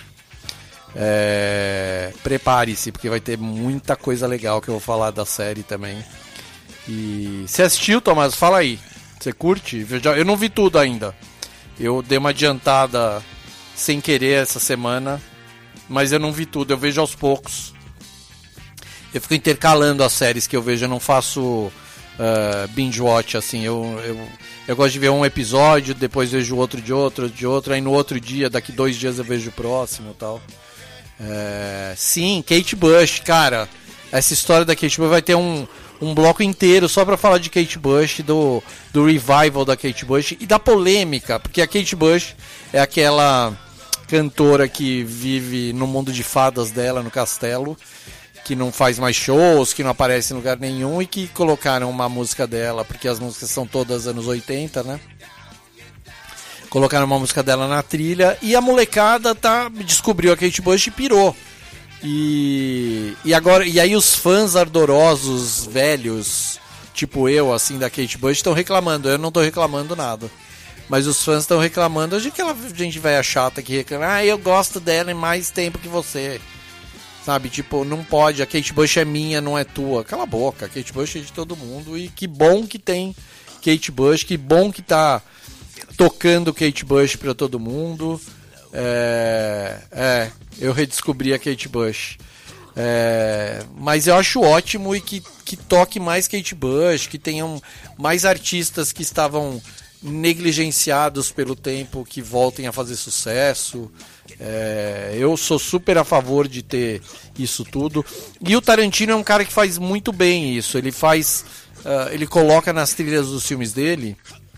É... Prepare-se, porque vai ter muita coisa legal que eu vou falar da série também. E você assistiu, Tomás? Fala aí. Você curte? Eu, já... eu não vi tudo ainda. Eu dei uma adiantada sem querer essa semana, mas eu não vi tudo. Eu vejo aos poucos. Eu fico intercalando as séries que eu vejo. Eu não faço uh, binge watch assim. Eu, eu, eu gosto de ver um episódio, depois vejo outro de outro, de outro. Aí no outro dia, daqui dois dias eu vejo o próximo e tal. É... Sim, Kate Bush, cara. Essa história da Kate Bush vai ter um... um bloco inteiro só pra falar de Kate Bush, do, do revival da Kate Bush e da polêmica, porque a Kate Bush é aquela cantora que vive no mundo de fadas dela, no castelo, que não faz mais shows, que não aparece em lugar nenhum e que colocaram uma música dela, porque as músicas são todas anos oitenta, né? Colocaram uma música dela na trilha e a molecada tá, descobriu a Kate Bush e pirou. E, e agora e aí os fãs ardorosos, velhos, tipo eu, assim, da Kate Bush, estão reclamando. Eu não tô reclamando nada, mas os fãs estão reclamando de aquela gente velha chata que reclama: ah, eu gosto dela em mais tempo que você, sabe? Tipo, não pode, a Kate Bush é minha, não é tua. Cala a boca, a Kate Bush é de todo mundo. E que bom que tem Kate Bush, que bom que tá tocando Kate Bush pra todo mundo. É, é, eu redescobri a Kate Bush. É, mas eu acho ótimo e que, que toque mais Kate Bush, que tenham mais artistas que estavam negligenciados pelo tempo, que voltem a fazer sucesso. É, eu sou super a favor de ter isso tudo. E o Tarantino é um cara que faz muito bem isso. Ele faz, uh, ele coloca nas trilhas dos filmes dele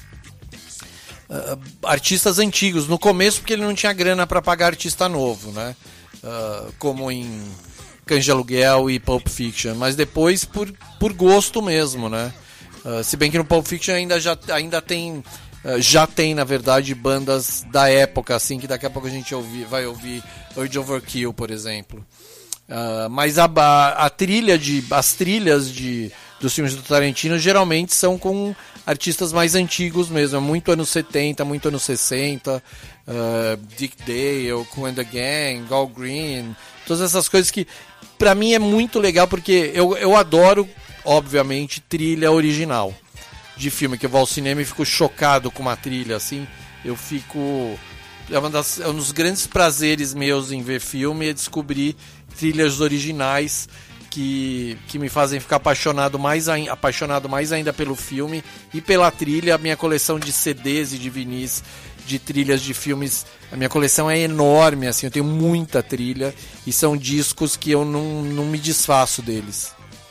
Uh, artistas antigos, no começo porque ele não tinha grana para pagar artista novo, né? Uh, como em Cães de Aluguel e Pulp Fiction, mas depois por, por gosto mesmo, né? Uh, se bem que no Pulp Fiction ainda, já, ainda tem, uh, já tem, na verdade, bandas da época, assim, que daqui a pouco a gente ouvi, vai ouvir Urge Overkill, por exemplo. Uh, mas a, a, a trilha de, as trilhas de, dos filmes do Tarantino geralmente são com artistas mais antigos mesmo, muito anos setenta, muito anos sessenta, uh, Dick Dale, Kool and the Gang, Al Green, todas essas coisas que pra mim é muito legal, porque eu, eu adoro, obviamente, trilha original de filme, que eu vou ao cinema e fico chocado com uma trilha assim, eu fico... É, uma das, é um dos grandes prazeres meus em ver filme é descobrir trilhas originais que, que me fazem ficar apaixonado mais, apaixonado mais ainda pelo filme e pela trilha. A minha coleção de C Ds e de vinis de trilhas de filmes, a minha coleção é enorme, assim, eu tenho muita trilha e são discos que eu não, não me desfaço deles.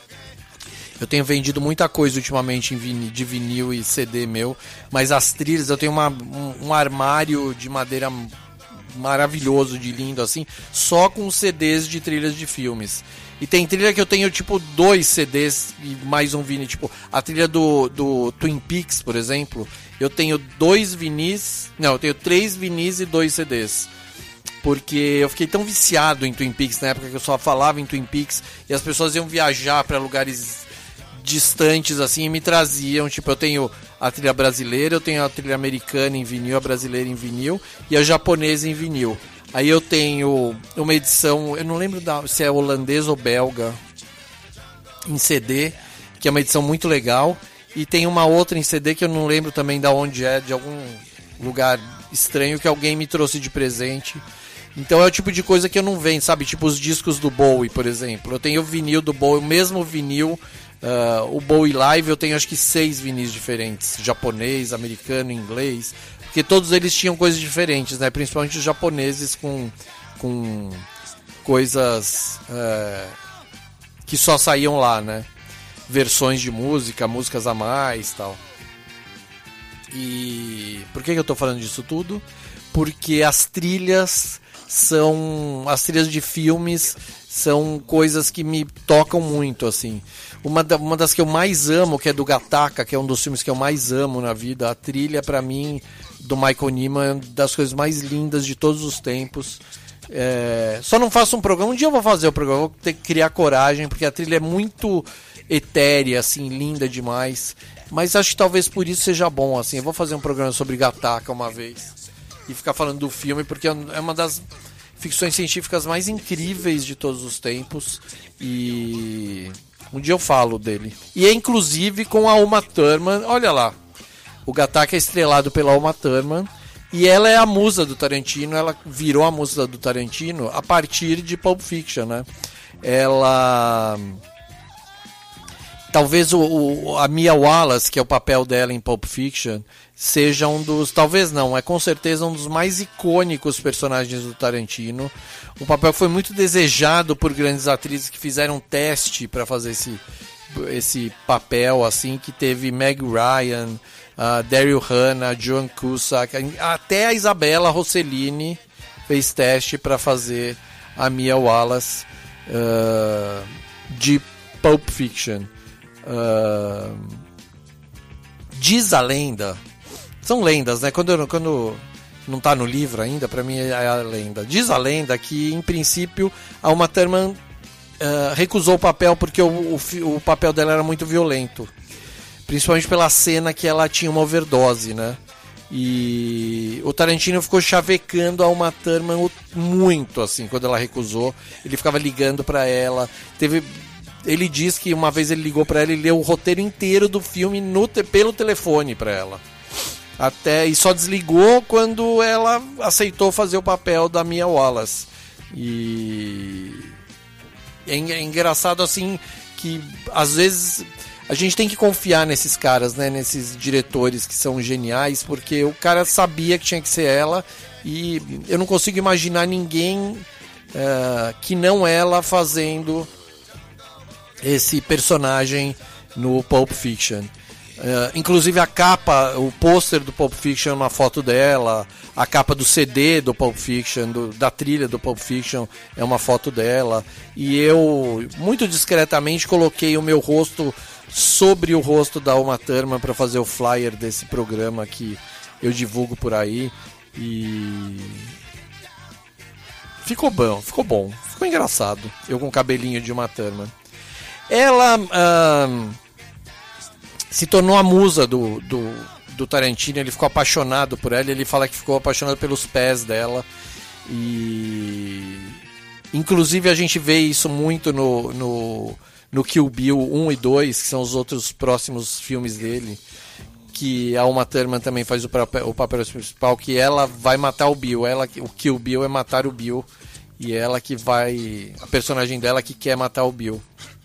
Eu tenho vendido muita coisa ultimamente em vinil, de vinil e C D meu, mas as trilhas, eu tenho uma, um, um armário de madeira maravilhoso, de lindo assim, só com C Ds de trilhas de filmes. E tem trilha que eu tenho tipo dois C Ds e mais um vinil, tipo a trilha do, do Twin Peaks, por exemplo, eu tenho dois vinis, não, eu tenho três vinis e dois C Ds. Porque eu fiquei tão viciado em Twin Peaks na época que eu só falava em Twin Peaks e as pessoas iam viajar para lugares distantes assim e me traziam, tipo, eu tenho a trilha brasileira, eu tenho a trilha americana em vinil, a brasileira em vinil e a japonesa em vinil. Aí eu tenho uma edição, eu não lembro da, se é holandesa ou belga, em C D, que é uma edição muito legal, e tem uma outra em C D que eu não lembro também de onde é, de algum lugar estranho que alguém me trouxe de presente. Então é o tipo de coisa que eu não vendo, sabe? Tipo os discos do Bowie, por exemplo. Eu tenho o vinil do Bowie, o mesmo vinil, uh, o Bowie Live, eu tenho acho que seis vinis diferentes. Japonês, americano, inglês. Porque todos eles tinham coisas diferentes, né? Principalmente os japoneses com, com coisas uh, que só saíam lá, né? Versões de música, músicas a mais e tal. E por que, que eu tô falando disso tudo? Porque as trilhas são... As trilhas de filmes são coisas que me tocam muito, assim. Uma, da, uma das que eu mais amo, que é do Gattaca, que é um dos filmes que eu mais amo na vida. A trilha, pra mim, do Michael Nyman, é uma das coisas mais lindas de todos os tempos. É, só não faço um programa. Um dia eu vou fazer o programa, vou ter que criar coragem, porque a trilha é muito etérea, assim, linda demais. Mas acho que talvez por isso seja bom, assim. Eu vou fazer um programa sobre Gattaca uma vez e ficar falando do filme, porque é uma das ficções científicas mais incríveis de todos os tempos. E um dia eu falo dele. E é inclusive com a Uma Thurman. Olha lá, o Gattaca é estrelado pela Uma Thurman. E ela é a musa do Tarantino. Ela virou a musa do Tarantino a partir de Pulp Fiction, né? Ela... Talvez o, o, a Mia Wallace, que é o papel dela em Pulp Fiction, seja um dos... Talvez não, é com certeza um dos mais icônicos personagens do Tarantino. Um papel que foi muito desejado por grandes atrizes que fizeram teste para fazer esse, esse papel, assim, que teve Meg Ryan, uh, Daryl Hannah, Joan Cusack, até a Isabella Rossellini fez teste para fazer a Mia Wallace uh, de Pulp Fiction. Uh, diz a lenda, são lendas, né? Quando, quando não tá no livro ainda, pra mim é a lenda. Diz a lenda que, em princípio, a Uma Thurman uh, recusou o papel porque o, o, o papel dela era muito violento, principalmente pela cena que ela tinha uma overdose, né? E o Tarantino ficou chavecando a Uma Thurman muito, assim, quando ela recusou. Ele ficava ligando pra ela. Teve... Ele diz que uma vez ele ligou pra ela e leu o roteiro inteiro do filme no te- pelo telefone pra ela. Até, e só desligou quando ela aceitou fazer o papel da Mia Wallace. E é, é engraçado, assim, que às vezes a gente tem que confiar nesses caras, né? Nesses diretores que são geniais, porque o cara sabia que tinha que ser ela. E eu não consigo imaginar ninguém uh, que não ela fazendo esse personagem no Pulp Fiction. Uh, inclusive a capa, o pôster do Pulp Fiction é uma foto dela, a capa do C D do Pulp Fiction, do, da trilha do Pulp Fiction é uma foto dela. E eu, muito discretamente, coloquei o meu rosto sobre o rosto da Uma Thurman para fazer o flyer desse programa que eu divulgo por aí. E ficou bom, ficou bom, ficou engraçado. Eu com o cabelinho de Uma Thurman. Ela uh, se tornou a musa do, do, do Tarantino. Ele ficou apaixonado por ela. Ele fala que ficou apaixonado pelos pés dela. E inclusive a gente vê isso muito no, no, no Kill Bill um e dois, que são os outros próximos filmes dele, que a Uma Thurman também faz o papel, o papel principal, que ela vai matar o Bill. Ela, o Kill Bill é matar o Bill. E ela que vai... A personagem dela que quer matar o Bill.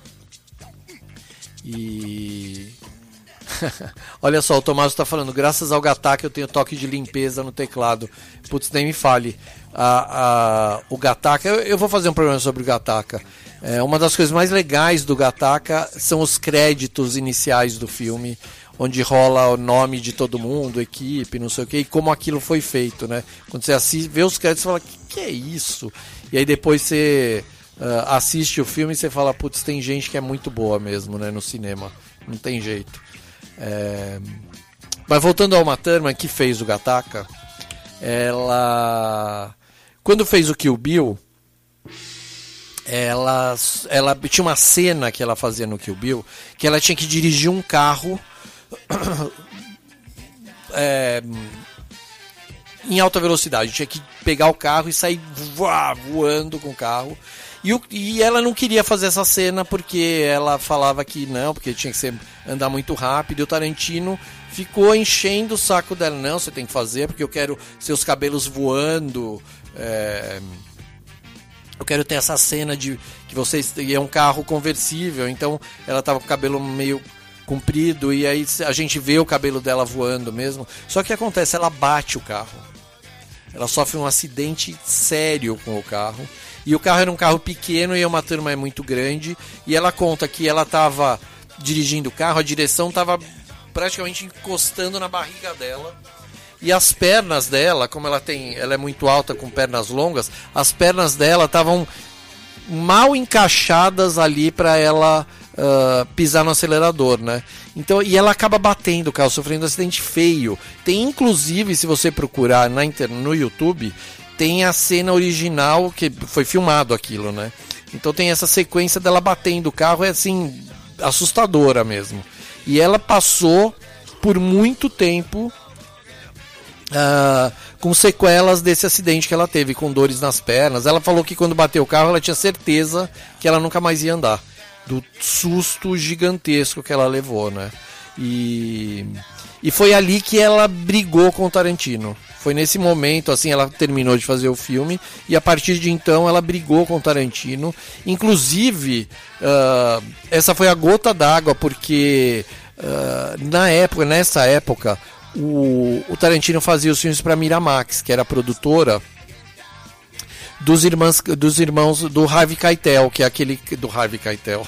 E olha só, o Tomás está falando, graças ao Gattaca eu tenho toque de limpeza no teclado. Putz, nem me fale. a, a, o Gattaca, eu, eu vou fazer um programa sobre o Gattaca. É, uma das coisas mais legais do Gattaca são os créditos iniciais do filme, onde rola o nome de todo mundo, equipe, não sei o que, e como aquilo foi feito, né? Quando você assiste, vê os créditos, você fala, que que é isso? E aí depois você Uh, assiste o filme e você fala, putz, tem gente que é muito boa mesmo, né, no cinema, não tem jeito. É... Mas voltando a Uma Thurman, que fez o Gattaca, ela, quando fez o Kill Bill, ela, ela tinha uma cena que ela fazia no Kill Bill, que ela tinha que dirigir um carro é... em alta velocidade, tinha que pegar o carro e sair voando com o carro. E, o, e ela não queria fazer essa cena porque ela falava que não, porque tinha que ser, andar muito rápido. E o Tarantino ficou enchendo o saco dela. Não, você tem que fazer porque eu quero seus cabelos voando. É, eu quero ter essa cena de que vocês... E é um carro conversível, então ela tava com o cabelo meio comprido e aí a gente vê o cabelo dela voando mesmo. Só que o que acontece? Ela bate o carro. Ela sofre um acidente sério com o carro. E o carro era um carro pequeno e uma turma é muito grande. E ela conta que ela estava dirigindo o carro, a direção estava praticamente encostando na barriga dela. E as pernas dela, como ela tem, ela é muito alta com pernas longas, as pernas dela estavam mal encaixadas ali para ela uh, pisar no acelerador, né? Então, e ela acaba batendo o carro, sofrendo um acidente feio. Tem inclusive, se você procurar na inter... no YouTube, tem a cena original que foi filmado aquilo, né? Então tem essa sequência dela batendo o carro, é assim, assustadora mesmo. E ela passou por muito tempo Uh, com sequelas desse acidente que ela teve, com dores nas pernas. Ela falou que quando bateu o carro ela tinha certeza que ela nunca mais ia andar, do susto gigantesco que ela levou, né? E, e foi ali que ela brigou com o Tarantino. Foi nesse momento, assim, ela terminou de fazer o filme e a partir de então ela brigou com o Tarantino. Inclusive, uh, essa foi a gota d'água, porque uh, na época, nessa época O, o Tarantino fazia os filmes para Miramax, que era a produtora dos irmãos, dos irmãos do Harvey Keitel, que é aquele do Harvey Keitel.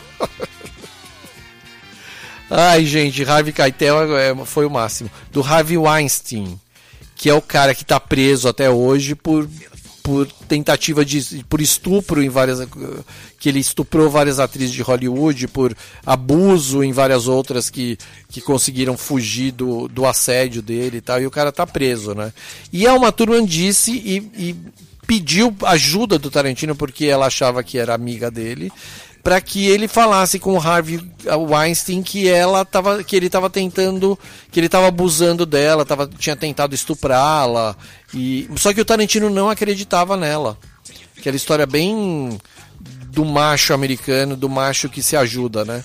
Ai, gente, Harvey Keitel é, foi o máximo. Do Harvey Weinstein, que é o cara que está preso até hoje por, por tentativa de por estupro em várias, que ele estuprou várias atrizes de Hollywood, por abuso em várias outras que, que conseguiram fugir do, do assédio dele e tal, e o cara tá preso, né? E a Uma Thurman disse e, e pediu ajuda do Tarantino, porque ela achava que era amiga dele, para que ele falasse com o Harvey Weinstein que ela tava, que ele estava tentando, que ele estava abusando dela, tava, tinha tentado estuprá-la, e só que o Tarantino não acreditava nela. Aquela história bem do macho americano, do macho que se ajuda, né?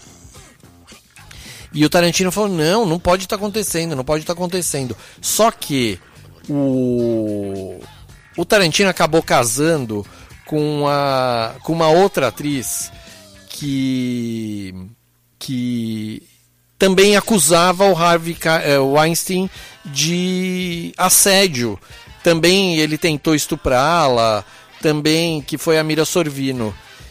E o Tarantino falou: não, não pode estar tá acontecendo, não pode estar tá acontecendo. Só que o o Tarantino acabou casando com a com uma outra atriz que que também acusava o Harvey Weinstein de assédio. Também ele tentou estuprá-la, também, que foi a Mira Sorvino.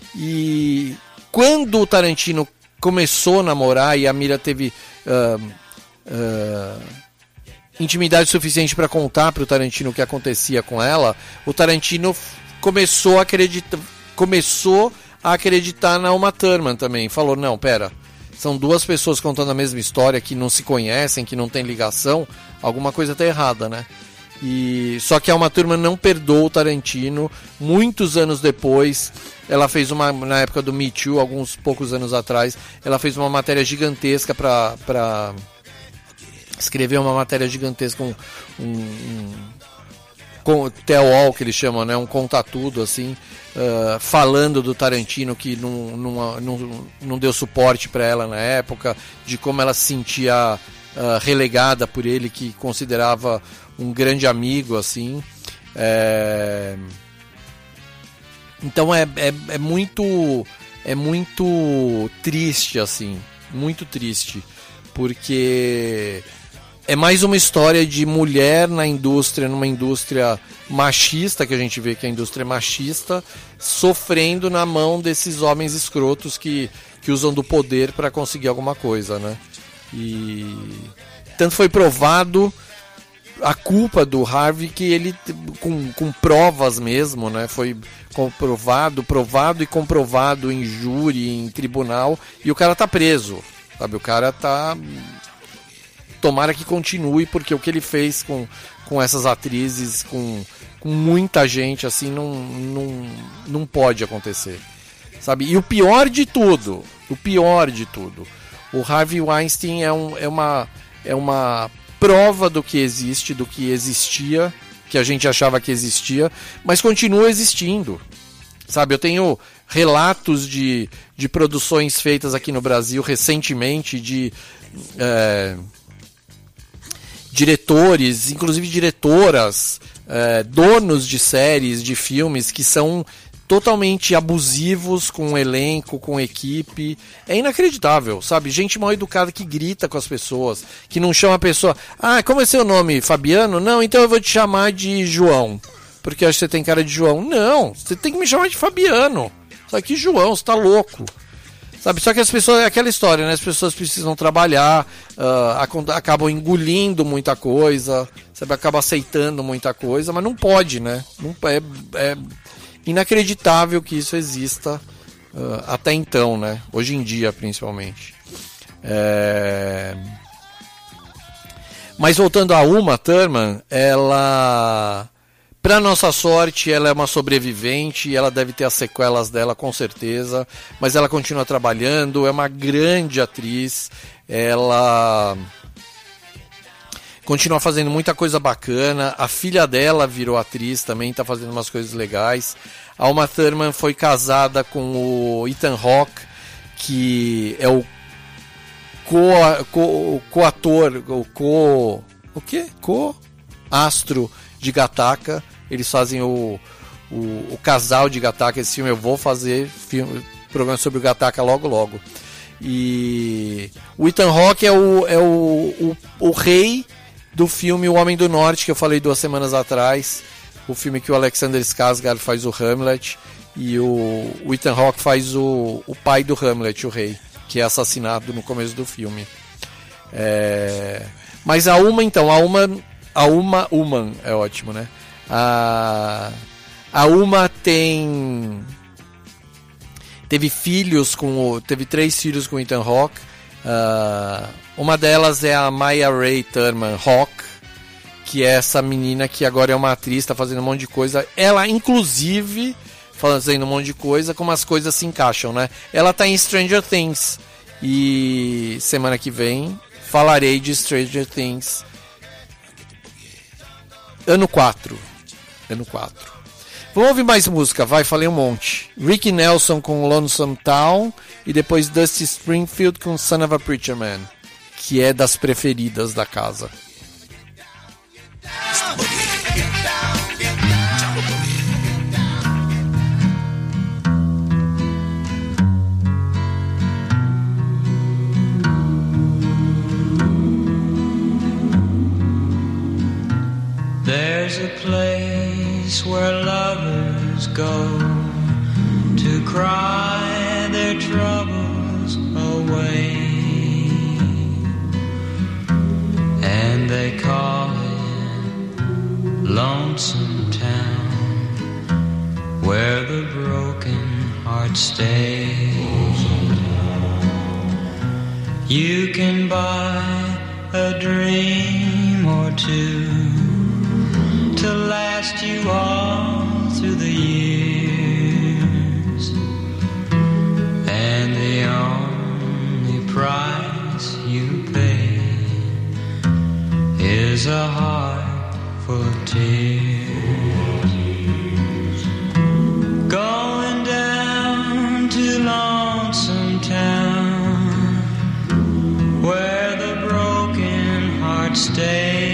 E quando o Tarantino começou a namorar e a Mira teve uh, uh, intimidade suficiente para contar para o Tarantino o que acontecia com ela, o Tarantino começou a acreditar, começou a acreditar na Uma Thurman também. Falou: não, pera, são duas pessoas contando a mesma história, que não se conhecem, que não tem ligação, alguma coisa está errada, né? E só que a Uma Thurman não perdoou o Tarantino. Muitos anos depois, ela fez uma, na época do Me Too, alguns poucos anos atrás, ela fez uma matéria gigantesca para para escrever uma matéria gigantesca, um, um, um tell-all que eles chamam, né, um conta-tudo, assim, uh, falando do Tarantino, que não, não, não, não deu suporte para ela na época, de como ela se sentia uh, relegada por ele, que considerava um grande amigo, assim. É... Então é, é, é muito é muito triste, assim, muito triste, porque é mais uma história de mulher na indústria, numa indústria machista, que a gente vê que a indústria é machista, sofrendo na mão desses homens escrotos que, que usam do poder para conseguir alguma coisa, né? E tanto foi provado a culpa do Harvey, que ele, com, com provas mesmo, né, foi comprovado, provado e comprovado em júri, em tribunal, e o cara tá preso, sabe? O cara tá... Tomara que continue, porque o que ele fez com, com essas atrizes, com, com muita gente, assim, não, não, não pode acontecer, sabe? E o pior de tudo, o pior de tudo, o Harvey Weinstein é, um, é uma... É uma prova do que existe, do que existia, que a gente achava que existia, mas continua existindo, sabe? Eu tenho relatos de, de produções feitas aqui no Brasil recentemente, de é, diretores, inclusive diretoras, é, donos de séries, de filmes, que são totalmente abusivos com o elenco, com a equipe. É inacreditável, sabe? Gente mal educada que grita com as pessoas, que não chama a pessoa: ah, como é seu nome, Fabiano? Não, então eu vou te chamar de João. porque acho que você tem cara de João. Não, você tem que me chamar de Fabiano. Só que João, você tá louco. Sabe? Só que as pessoas, é aquela história, né? As pessoas precisam trabalhar, uh, acabam engolindo muita coisa, sabe? Acabam aceitando muita coisa, mas não pode, né? Não, é, é inacreditável que isso exista uh, até então, né? Hoje em dia, principalmente. É... Mas voltando a Uma Thurman, ela, para nossa sorte, ela é uma sobrevivente e ela deve ter as sequelas dela com certeza, mas ela continua trabalhando, é uma grande atriz, ela continua fazendo muita coisa bacana, a filha dela virou atriz também, está fazendo umas coisas legais. A Uma Thurman foi casada com o Ethan Hawke, que é o co-ator, co, co, co, o quê? Co-astro de Gattaca. Eles fazem o, o, o casal de Gattaca. Esse filme eu vou fazer filme, programa sobre o Gattaca logo logo. E o Ethan Hawke é o, é o, o, o rei do filme O Homem do Norte, que eu falei duas semanas atrás. O filme que o Alexander Skarsgård faz o Hamlet e o, o Ethan Hawke faz o, o pai do Hamlet, o rei, que é assassinado no começo do filme. É... Mas a Uma, então, a Uma, a Uma, Uma é ótimo, né? A, a Uma tem, teve filhos com, o... teve três filhos com o Ethan Hawke. Uh, uma delas é a Maya Ray Thurman Hawke, que é essa menina que agora é uma atriz, está fazendo um monte de coisa. Ela, inclusive, fazendo um monte de coisa, como as coisas se encaixam, né? Ela tá em Stranger Things. E semana que vem falarei de Stranger Things. Ano quatro. Ano quatro. Vamos ouvir mais música, vai, falei um monte. Ricky Nelson com Lonesome Town. E depois Dusty Springfield com Son of a Preacher Man, que é das preferidas da casa. There's a place where lovers go to cry their troubles away, and they call it Lonesome Town, where the broken heart stays. You can buy a dream or two to last you all through the years, and the only price you pay is a heart full of tears. Going down to Lonesome Town, where the broken heart stays.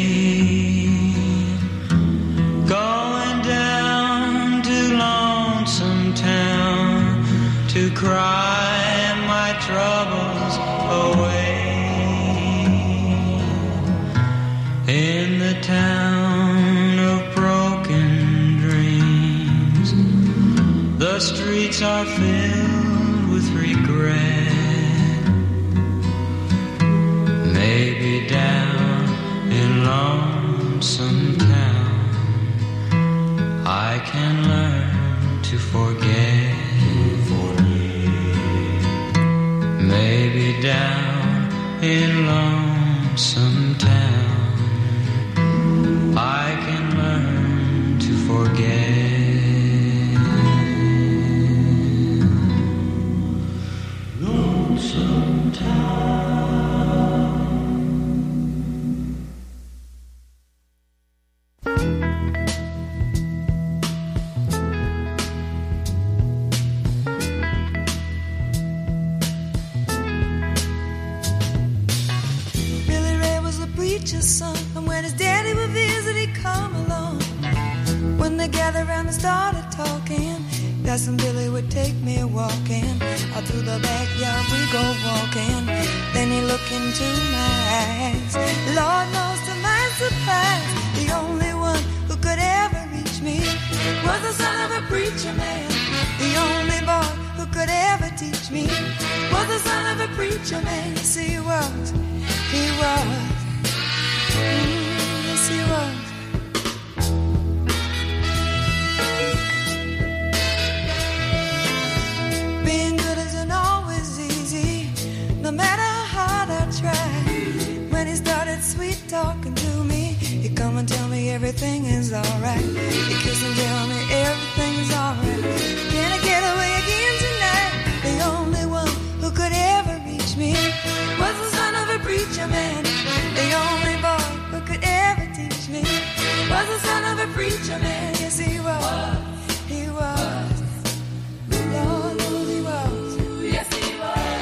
To cry my troubles away. In the town of broken dreams, the streets are filled with regret. Maybe down in Lonesome Town I can learn to forget. Maybe down in Lonesome Town I can learn to forget. Lonesome Town. Son, and when his daddy would visit, he'd come along. When they gathered around and started talking, Cousin Billy would take me walking. Out through the backyard we go walking. Then he looked into my eyes. Lord knows to my surprise, the only one who could ever reach me was the son of a preacher man. The only boy who could ever teach me was the son of a preacher man. Yes, he was, he was, mm, yes, he was. Being good isn't always easy, no matter how hard I try. When he started sweet talking to me, he'd come and tell me everything is alright. He'd kiss and tell me everything's alright. Can I get away again tonight? The only one who could ever reach me was the son of a preacher man. The only boy who could ever teach me was the son of a preacher man. Yes, he was, he was. Lord knows he was. Yes, he was.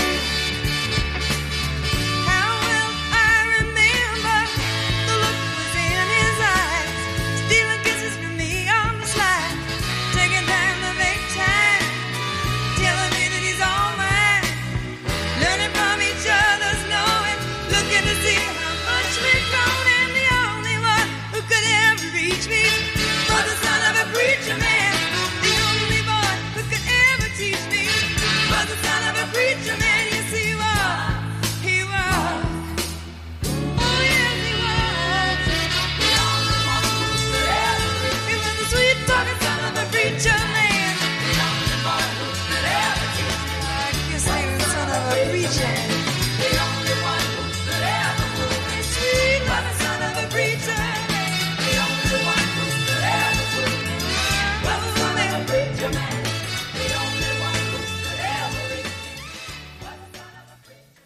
How will I remember the look was in his eyes, stealing kisses from me on the slide, taking time to make time, telling me that he's all mine, learning from each other's knowing, looking to see how much we've grown, and the only one who could ever reach me was the son of a preacher man. The only boy who could ever teach me was the son of a preacher man. Yes, he was, he was. Oh, yes, he was. The only one who could ever reach me. He was the sweet talking son of a preacher man. The only boy who could ever teach me. I guess he was the son of a preacher. The only one who could ever fool me. Sweet was the son of a preacher man. The only one who could ever fool me was the son of a preacher man. The only one who could ever reach me was the son of a preacher man.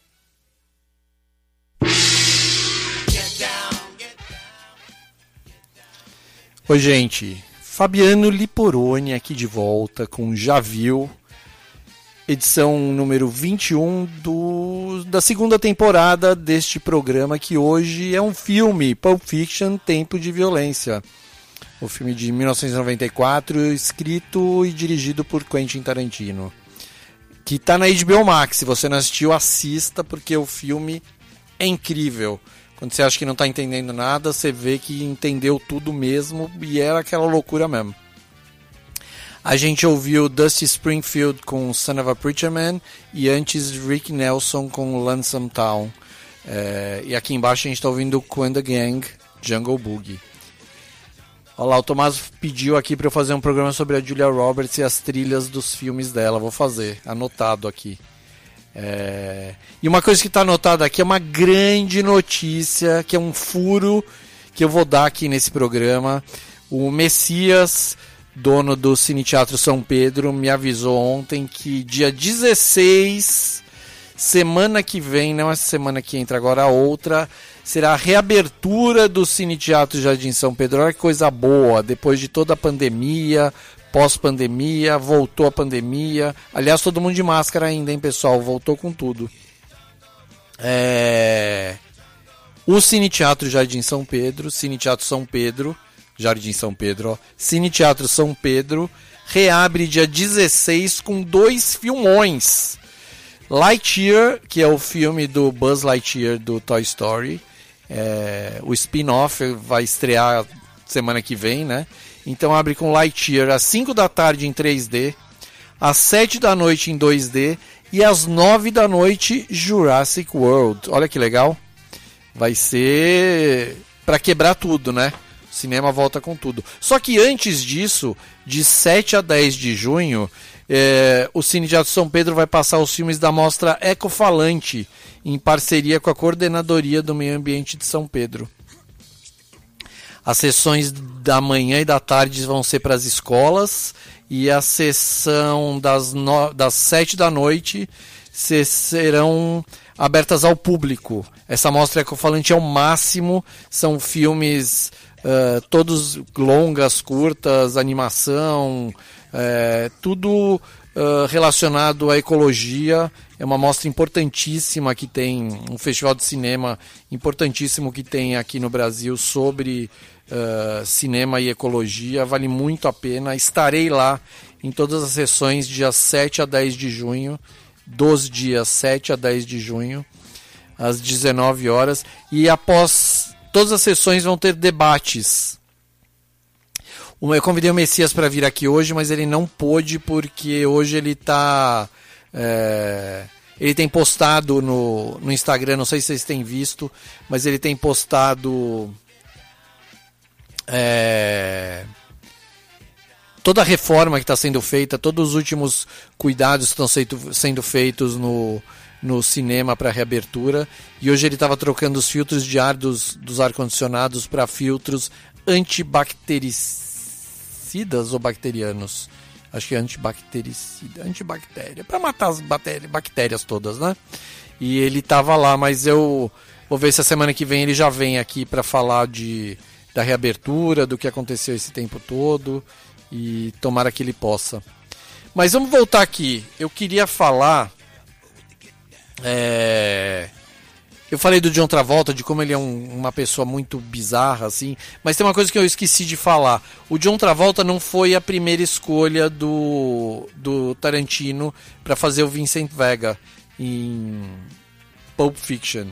Oi, gente. Fabiano Liporoni aqui de volta com Já Viu, edição número vinte e um do, da segunda temporada deste programa, que hoje é um filme, Pulp Fiction, Tempo de Violência. O filme de mil novecentos e noventa e quatro, escrito e dirigido por Quentin Tarantino, que está na H B O Max. Se você não assistiu, assista, porque o filme é incrível. Quando você acha que não está entendendo nada, você vê que entendeu tudo mesmo, e era aquela loucura mesmo. A gente ouviu Dusty Springfield com Son of a Preacher Man, e antes Rick Nelson com Lonesome Town. É, e aqui embaixo a gente está ouvindo Kool and the Gang, Jungle Boogie. Olha lá, o Tomás pediu aqui para eu fazer um programa sobre a Julia Roberts e as trilhas dos filmes dela. Vou fazer, anotado aqui. É... E uma coisa que está anotada aqui é uma grande notícia, que é um furo que eu vou dar aqui nesse programa. O Messias, dono do Cine Teatro São Pedro, me avisou ontem que dia dezesseis, semana que vem, não essa semana que entra agora, a outra, será a reabertura do Cine Teatro Jardim São Pedro. Olha que coisa boa, depois de toda a pandemia, pós-pandemia, voltou a pandemia. Aliás, todo mundo de máscara ainda, hein, pessoal? Voltou com tudo. É... O Cine Teatro Jardim São Pedro, Cine Teatro São Pedro, Jardim São Pedro, ó. Cine Teatro São Pedro, reabre dia dezesseis com dois filmões. Lightyear, que é o filme do Buzz Lightyear do Toy Story. É... O spin-off vai estrear semana que vem, né? Então abre com Lightyear às cinco da tarde em três D, às sete da noite em dois D e às nove da noite Jurassic World. Olha que legal. Vai ser para quebrar tudo, né? O cinema volta com tudo. Só que antes disso, de sete a dez de junho, é, o Cine Teatro São Pedro vai passar os filmes da mostra Ecofalante, em parceria com a Coordenadoria do Meio Ambiente de São Pedro. As sessões da manhã e da tarde vão ser para as escolas, e a sessão das, no... das sete da noite se... serão abertas ao público. Essa mostra Ecofalante é o máximo, são filmes uh, todos longas, curtas, animação, uh, tudo uh, relacionado à ecologia. É uma mostra importantíssima que tem, um festival de cinema importantíssimo que tem aqui no Brasil sobre uh, cinema e ecologia. Vale muito a pena. Estarei lá em todas as sessões, dias sete a dez de junho, dos dias sete a dez de junho, às dezenove horas. E após todas as sessões vão ter debates. Eu convidei o Messias para vir aqui hoje, mas ele não pôde porque hoje ele tá... É, ele tem postado no, no Instagram, não sei se vocês têm visto, mas ele tem postado é, toda a reforma que está sendo feita, todos os últimos cuidados que estão sendo, sendo feitos no, no cinema para reabertura. E hoje ele estava trocando os filtros de ar dos, dos ar-condicionados para filtros antibactericidas ou bacterianos. Acho que é antibactericida, antibactéria, para matar as bactérias todas, né? E ele tava lá, mas eu vou ver se a semana que vem ele já vem aqui para falar de, da reabertura, do que aconteceu esse tempo todo, e tomara que ele possa. Mas vamos voltar aqui. Eu queria falar... É... Eu falei do John Travolta, de como ele é um, uma pessoa muito bizarra, assim. Mas tem uma coisa que eu esqueci de falar. O John Travolta não foi a primeira escolha do, do Tarantino para fazer o Vincent Vega em Pulp Fiction.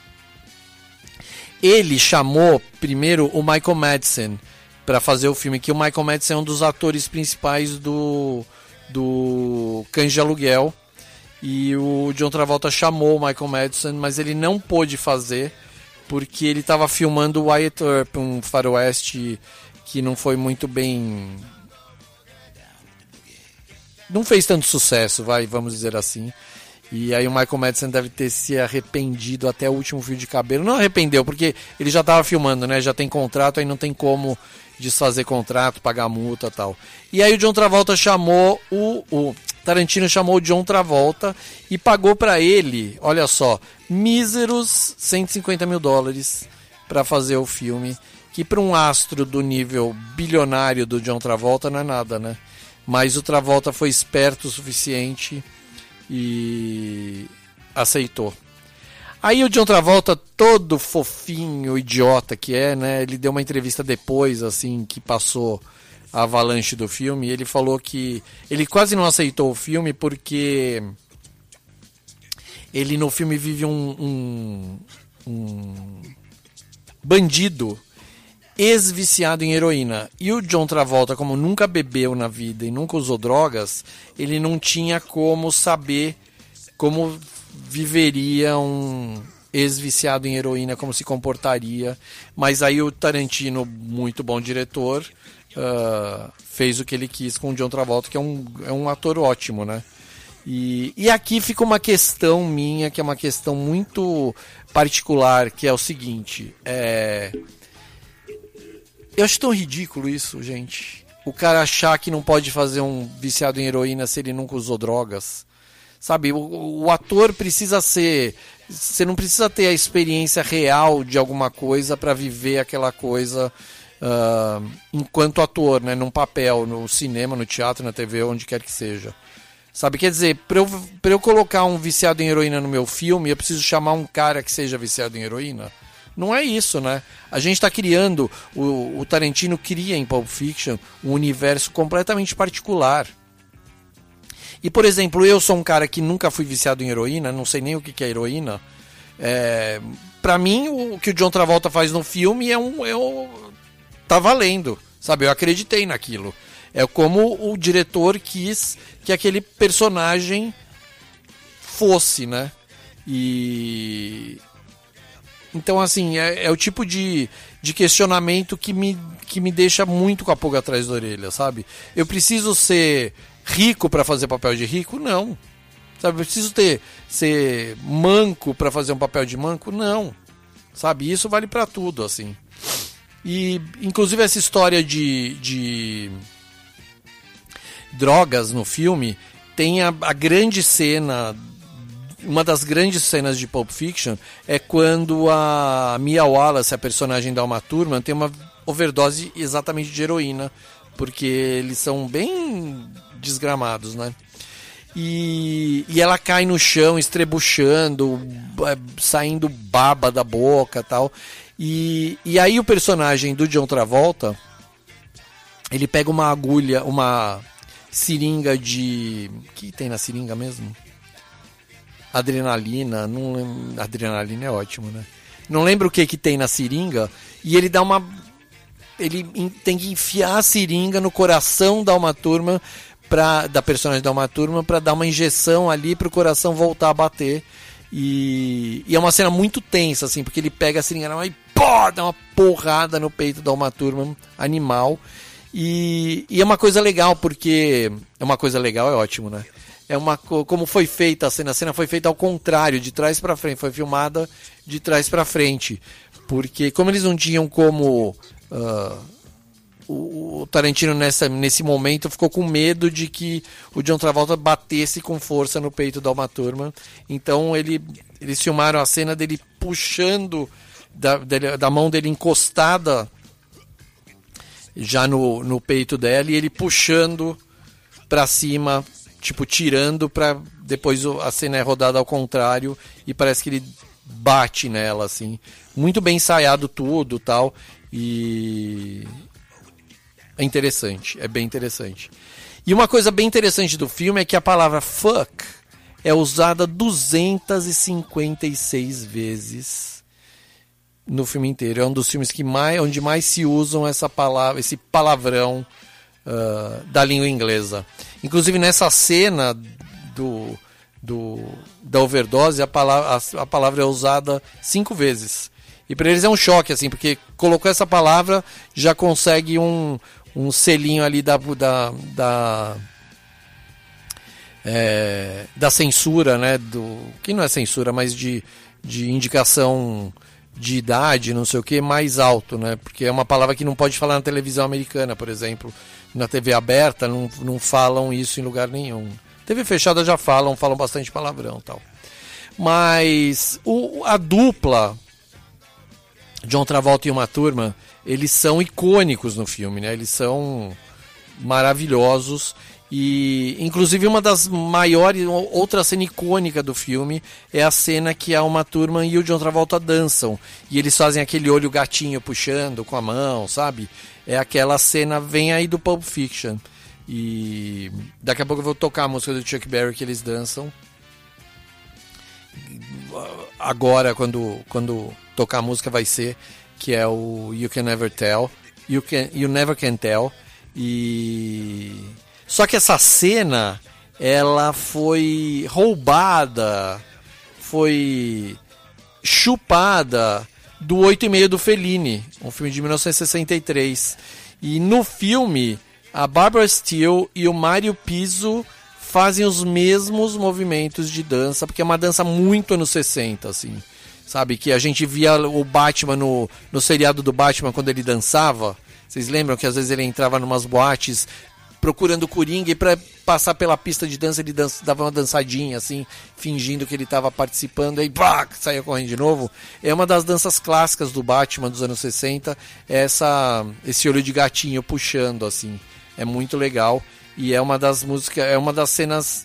Ele chamou primeiro o Michael Madsen para fazer o filme, que o Michael Madsen é um dos atores principais do, do Cães de Aluguel. E o John Travolta chamou o Michael Madsen, mas ele não pôde fazer porque ele estava filmando o Wyatt Earp, um faroeste que não foi muito bem... Não fez tanto sucesso, vai, vamos dizer assim. E aí o Michael Madsen deve ter se arrependido até o último fio de cabelo. Não arrependeu, porque ele já estava filmando, né? Já tem contrato, aí não tem como desfazer contrato, pagar multa e tal. E aí o John Travolta chamou o... o Tarantino chamou o John Travolta e pagou para ele, olha só, míseros cento e cinquenta mil dólares para fazer o filme, que para um astro do nível bilionário do John Travolta não é nada, né? Mas o Travolta foi esperto o suficiente e aceitou. Aí o John Travolta, todo fofinho, idiota que é, né? Ele deu uma entrevista depois, assim, que passou a avalanche do filme, e ele falou que ele quase não aceitou o filme porque ele no filme vive um, um, um bandido ex-viciado em heroína. E o John Travolta, como nunca bebeu na vida e nunca usou drogas, ele não tinha como saber como viveria um ex-viciado em heroína, como se comportaria. Mas aí o Tarantino, muito bom diretor, Uh, fez o que ele quis com o John Travolta, que é um, é um ator ótimo, né? E, e aqui fica uma questão minha, que é uma questão muito particular, que é o seguinte, é... eu acho tão ridículo isso, gente. O cara achar que não pode fazer um viciado em heroína se ele nunca usou drogas. Sabe, o, o ator precisa ser... Você não precisa ter a experiência real de alguma coisa para viver aquela coisa... Uh, enquanto ator, né, num papel, no cinema, no teatro, na T V, onde quer que seja. Sabe, quer dizer, para eu, pra eu colocar um viciado em heroína no meu filme, eu preciso chamar um cara que seja viciado em heroína? Não é isso, né? A gente está criando, o, o Tarantino cria em Pulp Fiction um universo completamente particular. E, por exemplo, eu sou um cara que nunca fui viciado em heroína, não sei nem o que, que é heroína. É, para mim, o que o John Travolta faz no filme é um... É um tá valendo, sabe? Eu acreditei naquilo. É como o diretor quis que aquele personagem fosse, né? E... Então, assim, é, é o tipo de, de questionamento que me, que me deixa muito com a pulga atrás da orelha, sabe? Eu preciso ser rico para fazer papel de rico? Não. Sabe? Eu preciso ter, ser manco para fazer um papel de manco? Não. Sabe? Isso vale para tudo, assim. E, inclusive, essa história de, de drogas no filme tem a, a grande cena, uma das grandes cenas de Pulp Fiction é quando a Mia Wallace, a personagem da Uma Thurman, tem uma overdose exatamente de heroína, porque eles são bem desgramados, né? E, e ela cai no chão estrebuchando, saindo baba da boca e tal. E, e aí o personagem do John Travolta, ele pega uma agulha, uma seringa de... O que tem na seringa mesmo? Adrenalina. Não lem... Adrenalina é ótimo, né? Não lembro o que, que tem na seringa. E ele dá uma ele tem que enfiar a seringa no coração da Uma Thurman, pra, da personagem da Uma Thurman, para dar uma injeção ali para o coração voltar a bater. E, e é uma cena muito tensa, assim, porque ele pega a seringa e pô, dá uma porrada no peito da Uma Thurman, animal. E, e é uma coisa legal, porque... É uma coisa legal, é ótimo, né? É uma, como foi feita a cena, a cena foi feita ao contrário, de trás para frente, foi filmada de trás para frente, porque como eles não tinham como uh, o, o Tarantino nessa, nesse momento ficou com medo de que o John Travolta batesse com força no peito da Uma Thurman, então ele, eles filmaram a cena dele puxando da, dele, da mão dele encostada já no, no peito dela e ele puxando para cima, tipo, tirando, pra depois a cena é rodada ao contrário e parece que ele bate nela, assim. Muito bem ensaiado tudo, tal, e é interessante, é bem interessante. E uma coisa bem interessante do filme é que a palavra fuck é usada duzentas e cinquenta e seis vezes no filme inteiro. É um dos filmes que mais, onde mais se usam essa palavra, esse palavrão Uh, da língua inglesa. Inclusive nessa cena do, do, da overdose, a palavra, a, a palavra é usada cinco vezes. E para eles é um choque, assim, porque colocou essa palavra, já consegue um, um selinho ali da, da, da, é, da censura, né? Do, que não é censura, mas de, de indicação de idade, não sei o que, mais alto, né? Porque é uma palavra que não pode falar na televisão americana, por exemplo. Na T V aberta não, não falam isso em lugar nenhum. T V fechada já falam, falam bastante palavrão e tal. Mas o, a dupla John Travolta e Uma Thurman, eles são icônicos no filme, né? Eles são maravilhosos. E inclusive uma das maiores, outra cena icônica do filme é a cena que a Uma Thurman e o John Travolta dançam e eles fazem aquele olho gatinho puxando com a mão, sabe? É aquela cena, vem aí do Pulp Fiction. E daqui a pouco eu vou tocar a música do Chuck Berry que eles dançam. Agora, quando, quando tocar a música vai ser, que é o You Can Never Tell, You, can, you Never Can Tell. E... Só que essa cena, ela foi roubada, foi chupada do oito e meio do Fellini, um filme de mil novecentos e sessenta e três. E no filme, a Barbara Steele e o Mario Puzo fazem os mesmos movimentos de dança, porque é uma dança muito anos sessenta, assim. Sabe, que a gente via o Batman no, no seriado do Batman quando ele dançava. Vocês lembram que às vezes ele entrava numas boates procurando o Coringa e para passar pela pista de dança ele dança, dava uma dançadinha assim, fingindo que ele estava participando, aí pá, saia correndo de novo. É uma das danças clássicas do Batman dos anos sessenta, essa, esse olho de gatinho puxando assim, é muito legal e é uma das músicas, é uma das cenas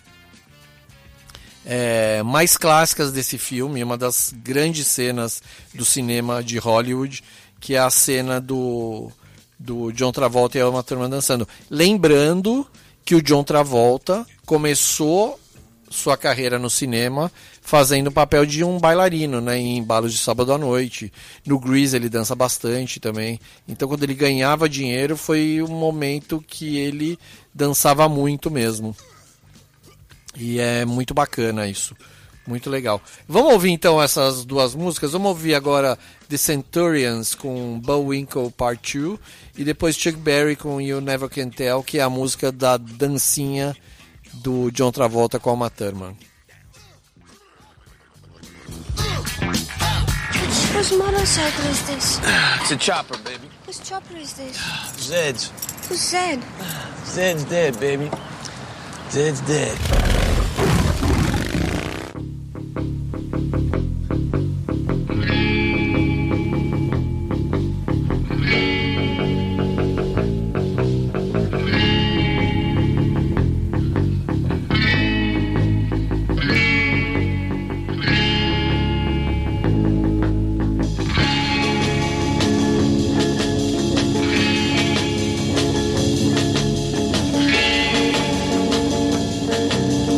é, mais clássicas desse filme, uma das grandes cenas do cinema de Hollywood, que é a cena do do John Travolta e a Uma Thurman dançando. Lembrando que o John Travolta começou sua carreira no cinema fazendo o papel de um bailarino, né, em Embalos de Sábado à Noite. No Grease ele dança bastante também. Então quando ele ganhava dinheiro foi um momento que ele dançava muito mesmo. E é muito bacana isso. Muito legal. Vamos ouvir então essas duas músicas. Vamos ouvir agora The Centurions com Bullwinkle Part dois e depois Chuck Berry com You Never Can Tell, que é a música da dancinha do John Travolta com a Uma Thurman. Whose motorcycle is this? It's a chopper, baby. Whose chopper is this? Zed's. Who's Zed? Zed's dead, baby. Zed's dead. Thank you.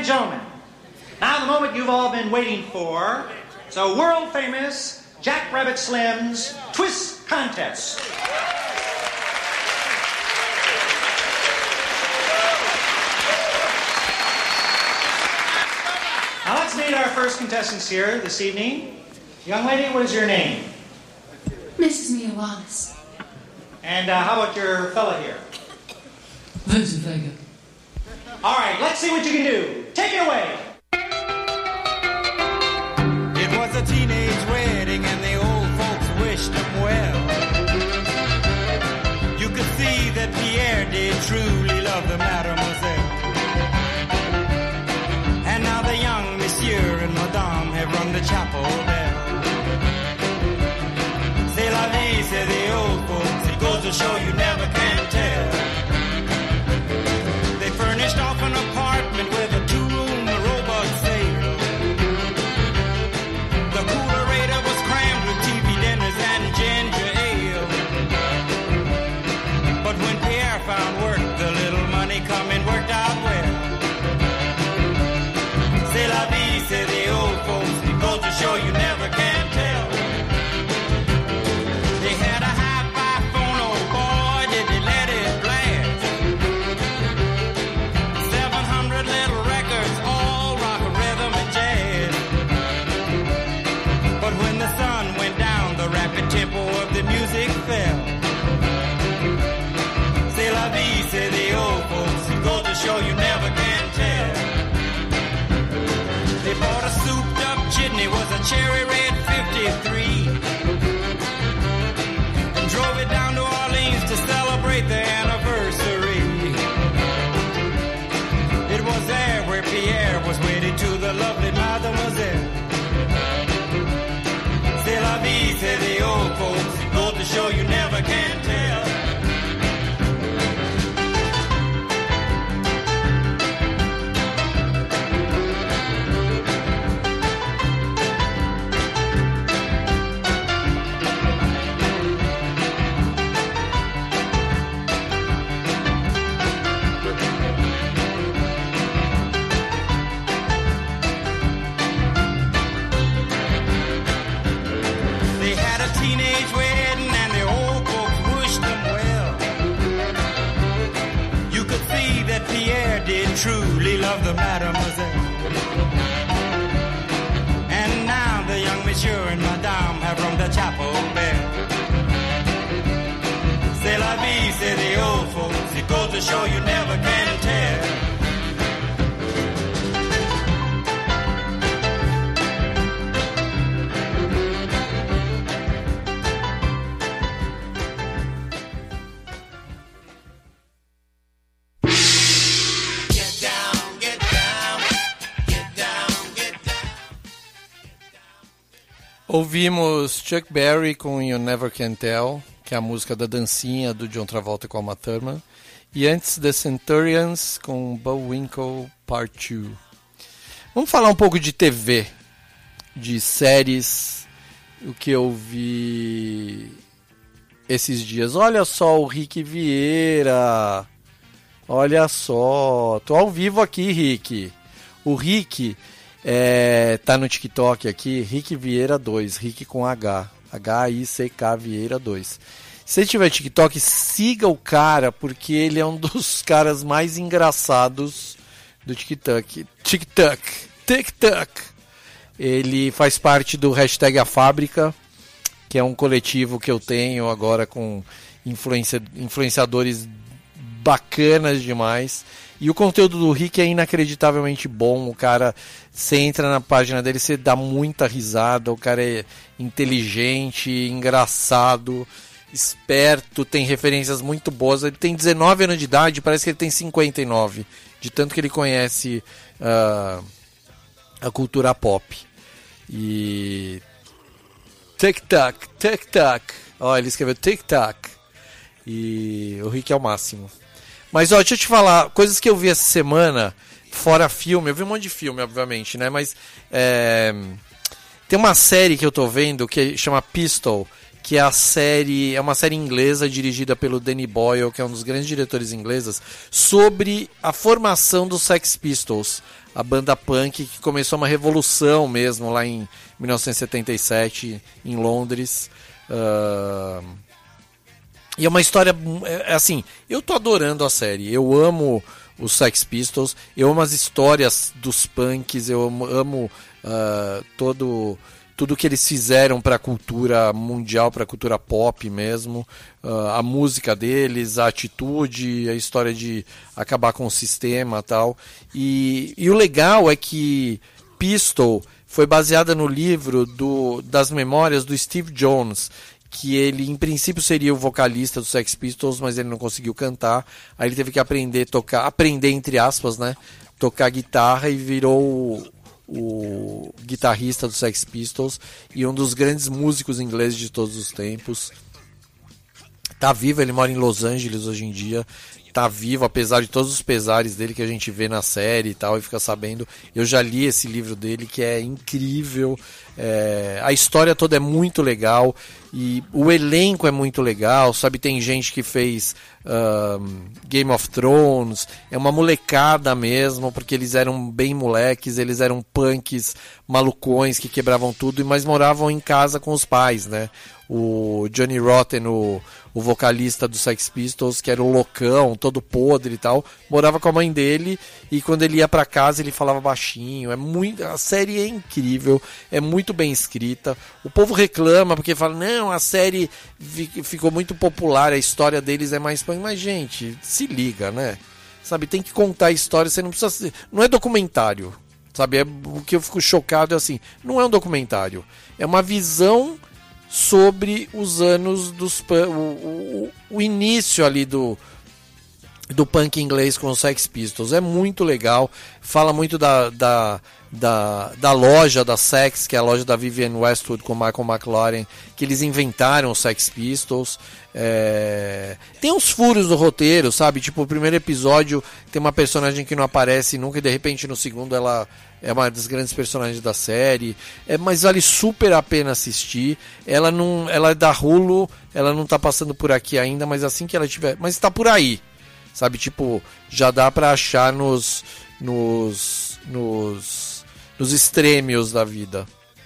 gentlemen, now the moment you've all been waiting for, it's a world-famous Jack Rabbit Slim's Twist Contest. Now let's meet our first contestants here this evening. Young lady, what is your name? Missus Mia Wallace. And uh, how about your fella here? Vincent Vega. All right, let's see what you can do. Take it away. It was a teenage wedding and the old folks wished them well. You could see that Pierre did truly love the mademoiselle. And now the young monsieur and madame have rung the chapel bell. C'est la vie, say the old folks. It goes to show you never can tell. They furnished off an apartment with a two-room robot sale. The coolerator was crammed with T V dinners and ginger ale. But when Pierre found work, the little money coming worked out well. C'est la vie, say the old folks. It goes to show you never can tell. They had a hi-fi phone, oh boy, did they let it blast. Seven hundred little records, all rock, rhythm, and jazz. But when the sun went down, the rapid tempo of the music fell. C'est la vie, say the old folks. It goes to show you never can tell. They bought a souped-up chitney, was a cherry red fifty-three, and drove it down to Orleans to celebrate the anniversary. It was there where Pierre was wedded to the lovely mademoiselle. C'est la vie, say the old folks. It goes to show you never can tell. Teenage wedding and the old folks wished them well. You could see that Pierre did truly love the mademoiselle. And now the young monsieur and madame have rung the chapel bell. C'est la vie, say the old folks. It goes to show you never can tell. Ouvimos Chuck Berry com You Never Can Tell, que é a música da dancinha do John Travolta com a Uma Thurman. E antes The Centurions com Bullwinkle Part dois. Vamos falar um pouco de T V, de séries, o que eu vi esses dias. Olha só o Rick Vieira, olha só, tô ao vivo aqui, Rick. O Rick é, tá no TikTok aqui, Rick Vieira dois, Rick com H, H I C K Vieira dois. Se tiver TikTok, siga o cara, porque ele é um dos caras mais engraçados do TikTok. TikTok, TikTok. Ele faz parte do hashtag A Fábrica, que é um coletivo que eu tenho agora com influencia, influenciadores bacanas demais. E o conteúdo do Rick é inacreditavelmente bom. O cara, você entra na página dele, você dá muita risada. O cara é inteligente, engraçado, esperto, tem referências muito boas. Ele tem dezenove anos de idade, parece que ele tem cinquenta e nove, de tanto que ele conhece uh, a cultura pop. E tic-tac, tic-tac. Ó, ele escreveu tic-tac. E o Rick é o máximo. Mas ó, deixa eu te falar, coisas que eu vi essa semana, fora filme, eu vi um monte de filme, obviamente, né? Mas é, tem uma série que eu tô vendo que chama Pistol, que é a série, é uma série inglesa dirigida pelo Danny Boyle, que é um dos grandes diretores ingleses, sobre a formação dos Sex Pistols, a banda punk que começou uma revolução mesmo lá em mil novecentos e setenta e sete em Londres. Uh... E é uma história, é, assim, eu tô adorando a série, eu amo os Sex Pistols, eu amo as histórias dos punks, eu amo, amo uh, todo... tudo que eles fizeram para a cultura mundial, para a cultura pop mesmo, uh, a música deles, a atitude, a história de acabar com o sistema e tal. E, e o legal é que Pistol foi baseada no livro do, das memórias do Steve Jones, que ele em princípio seria o vocalista dos Sex Pistols, mas ele não conseguiu cantar, aí ele teve que aprender a tocar, aprender entre aspas, né, tocar guitarra e virou o, o guitarrista dos Sex Pistols e um dos grandes músicos ingleses de todos os tempos. Tá vivo, ele mora em Los Angeles hoje em dia, tá vivo, apesar de todos os pesares dele que a gente vê na série e tal, e fica sabendo. Eu já li esse livro dele, que é incrível, é... a história toda é muito legal, e o elenco é muito legal, sabe, tem gente que fez um, Game of Thrones, é uma molecada mesmo, porque eles eram bem moleques, eles eram punks, malucões, que quebravam tudo, mas moravam em casa com os pais, né? O Johnny Rotten, o, o vocalista do Sex Pistols, que era o loucão, todo podre e tal, morava com a mãe dele, e quando ele ia pra casa ele falava baixinho. É muito, a série é incrível, é muito bem escrita. O povo reclama porque fala, não, a série ficou muito popular, a história deles é mais... Mas gente, se liga, né? Sabe, tem que contar a história, você não precisa... Não é documentário, sabe? É, o que eu fico chocado é assim, não é um documentário, é uma visão sobre os anos dos o, o, o início ali do do punk inglês com os Sex Pistols. É muito legal, fala muito da, da, da, da loja da Sex, que é a loja da Vivienne Westwood com Michael McLaren, que eles inventaram os Sex Pistols. É... Tem uns furos no roteiro, sabe? Tipo, o primeiro episódio tem uma personagem que não aparece nunca e de repente no segundo ela é uma das grandes personagens da série. É, mas vale super a pena assistir. Ela não, ela é da Hulu, ela não tá passando por aqui ainda, mas assim que ela tiver, mas tá por aí. Sabe, tipo, já dá pra achar nos nos nos nos extremos da vida.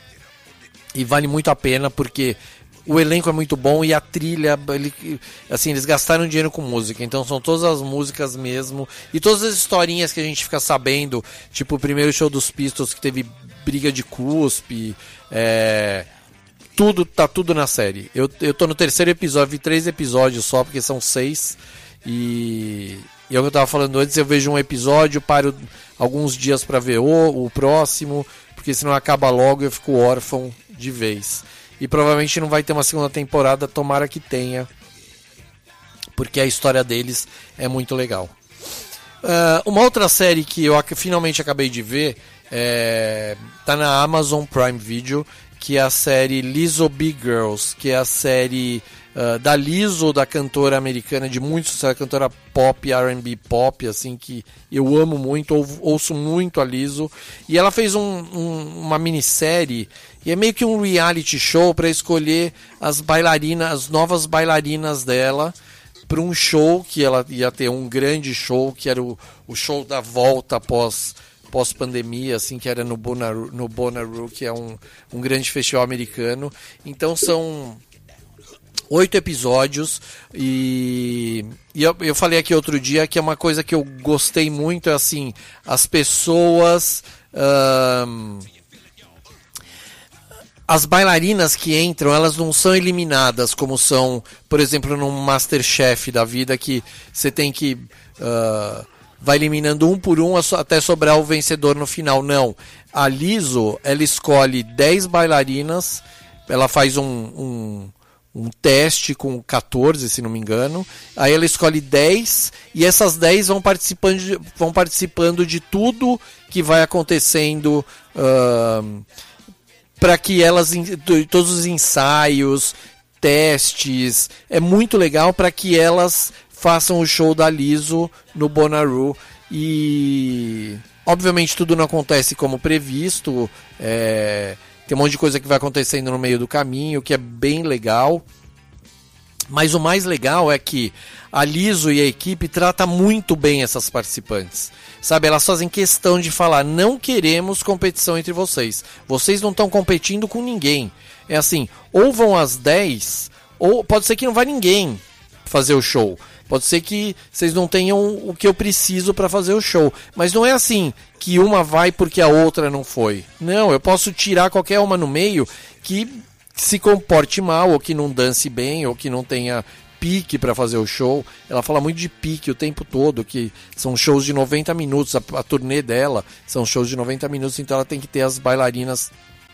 E vale muito a pena porque o elenco é muito bom e a trilha, ele, assim, eles gastaram dinheiro com música, então são todas as músicas mesmo, e todas as historinhas que a gente fica sabendo, tipo o primeiro show dos Pistols que teve briga de cuspe, é, tudo, tá tudo na série. Eu, eu tô no terceiro episódio, vi três episódios só, porque são seis, e, e é o que eu tava falando antes, eu vejo um episódio, paro alguns dias pra ver o, o próximo, porque senão acaba logo e eu fico órfão de vez. E provavelmente não vai ter uma segunda temporada, tomara que tenha, porque a história deles é muito legal. Uh, uma outra série que eu ac- finalmente acabei de ver, é, tá na Amazon Prime Video, que é a série Lizzo Big Girls, que é a série uh, da Lizzo, da cantora americana de muito sucesso, a cantora pop, R and B pop, assim, que eu amo muito, ou, ouço muito a Lizzo, e ela fez um, um, uma minissérie, e é meio que um reality show para escolher as bailarinas, as novas bailarinas dela, para um show que ela ia ter, um grande show, que era o, o show da volta pós, pós-pandemia, assim, que era no Bonnaroo, no Bonnaroo, que é um, um grande festival americano. Então são oito episódios, e, e eu, eu falei aqui outro dia que é uma coisa que eu gostei muito, é assim, as pessoas... Um, as bailarinas que entram, elas não são eliminadas como são, por exemplo, num Masterchef da vida, que você tem que uh, vai eliminando um por um até sobrar o vencedor no final. Não, a Lizzo, ela escolhe dez bailarinas, ela faz um, um, um teste com catorze, se não me engano, aí ela escolhe dez, e essas dez vão participando de, vão participando de tudo que vai acontecendo, uh, para que elas, todos os ensaios, testes, é muito legal para que elas façam o show da Lizzo no Bonnaroo. E obviamente tudo não acontece como previsto, é, tem um monte de coisa que vai acontecendo no meio do caminho, que é bem legal. Mas o mais legal é que a Liso e a equipe tratam muito bem essas participantes. Sabe, elas fazem questão de falar, não queremos competição entre vocês. Vocês não estão competindo com ninguém. É assim, ou vão às dez, ou pode ser que não vá ninguém fazer o show. Pode ser que vocês não tenham o que eu preciso para fazer o show. Mas não é assim, que uma vai porque a outra não foi. Não, eu posso tirar qualquer uma no meio que se comporte mal, ou que não dance bem, ou que não tenha pique para fazer o show. Ela fala muito de pique o tempo todo, que são shows de noventa minutos, a, a turnê dela são shows de noventa minutos, então ela tem que ter as bailarinas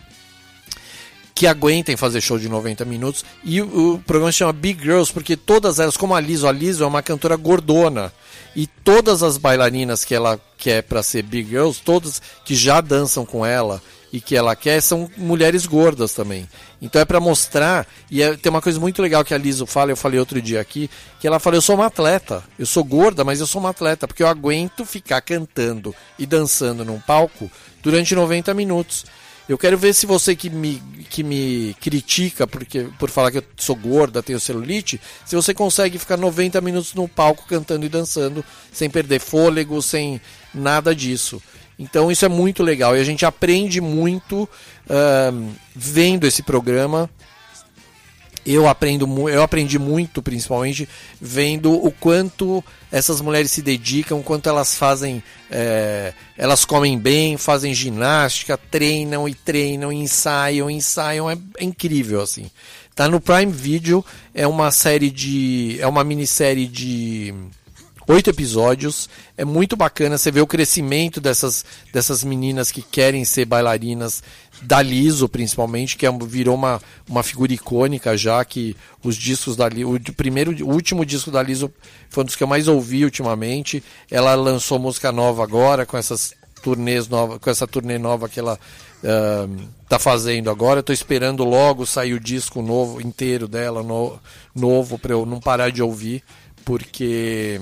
que aguentem fazer show de noventa minutos. E o, o programa se chama Big Girls, porque todas elas, como a Liso, a Liso é uma cantora gordona, e todas as bailarinas que ela quer para ser Big Girls, todas que já dançam com ela e que ela quer, são mulheres gordas também. Então é para mostrar, e é, tem uma coisa muito legal que a Liso fala, eu falei outro dia aqui, que ela fala, eu sou uma atleta, eu sou gorda, mas eu sou uma atleta, porque eu aguento ficar cantando e dançando num palco durante noventa minutos. Eu quero ver se você que me, que me critica porque, por falar que eu sou gorda, tenho celulite, se você consegue ficar noventa minutos no palco cantando e dançando, sem perder fôlego, sem nada disso. Então isso é muito legal e a gente aprende muito uh, vendo esse programa. Eu, aprendo, eu aprendi muito, principalmente, vendo o quanto essas mulheres se dedicam, o quanto elas fazem, é, elas comem bem, fazem ginástica, treinam e treinam, ensaiam, ensaiam, é, é incrível, assim. Tá no Prime Video, é uma série de, é uma minissérie de oito episódios, é muito bacana, você vê o crescimento dessas, dessas meninas que querem ser bailarinas, da Liso principalmente, que é, virou uma, uma figura icônica já, que os discos da Liso, o primeiro, o último disco da Liso foi um dos que eu mais ouvi ultimamente. Ela lançou música nova agora, com essas turnês novas, com essa turnê nova que ela uh, tá fazendo agora. Eu tô esperando logo sair o disco novo, inteiro dela, no, novo, para eu não parar de ouvir, porque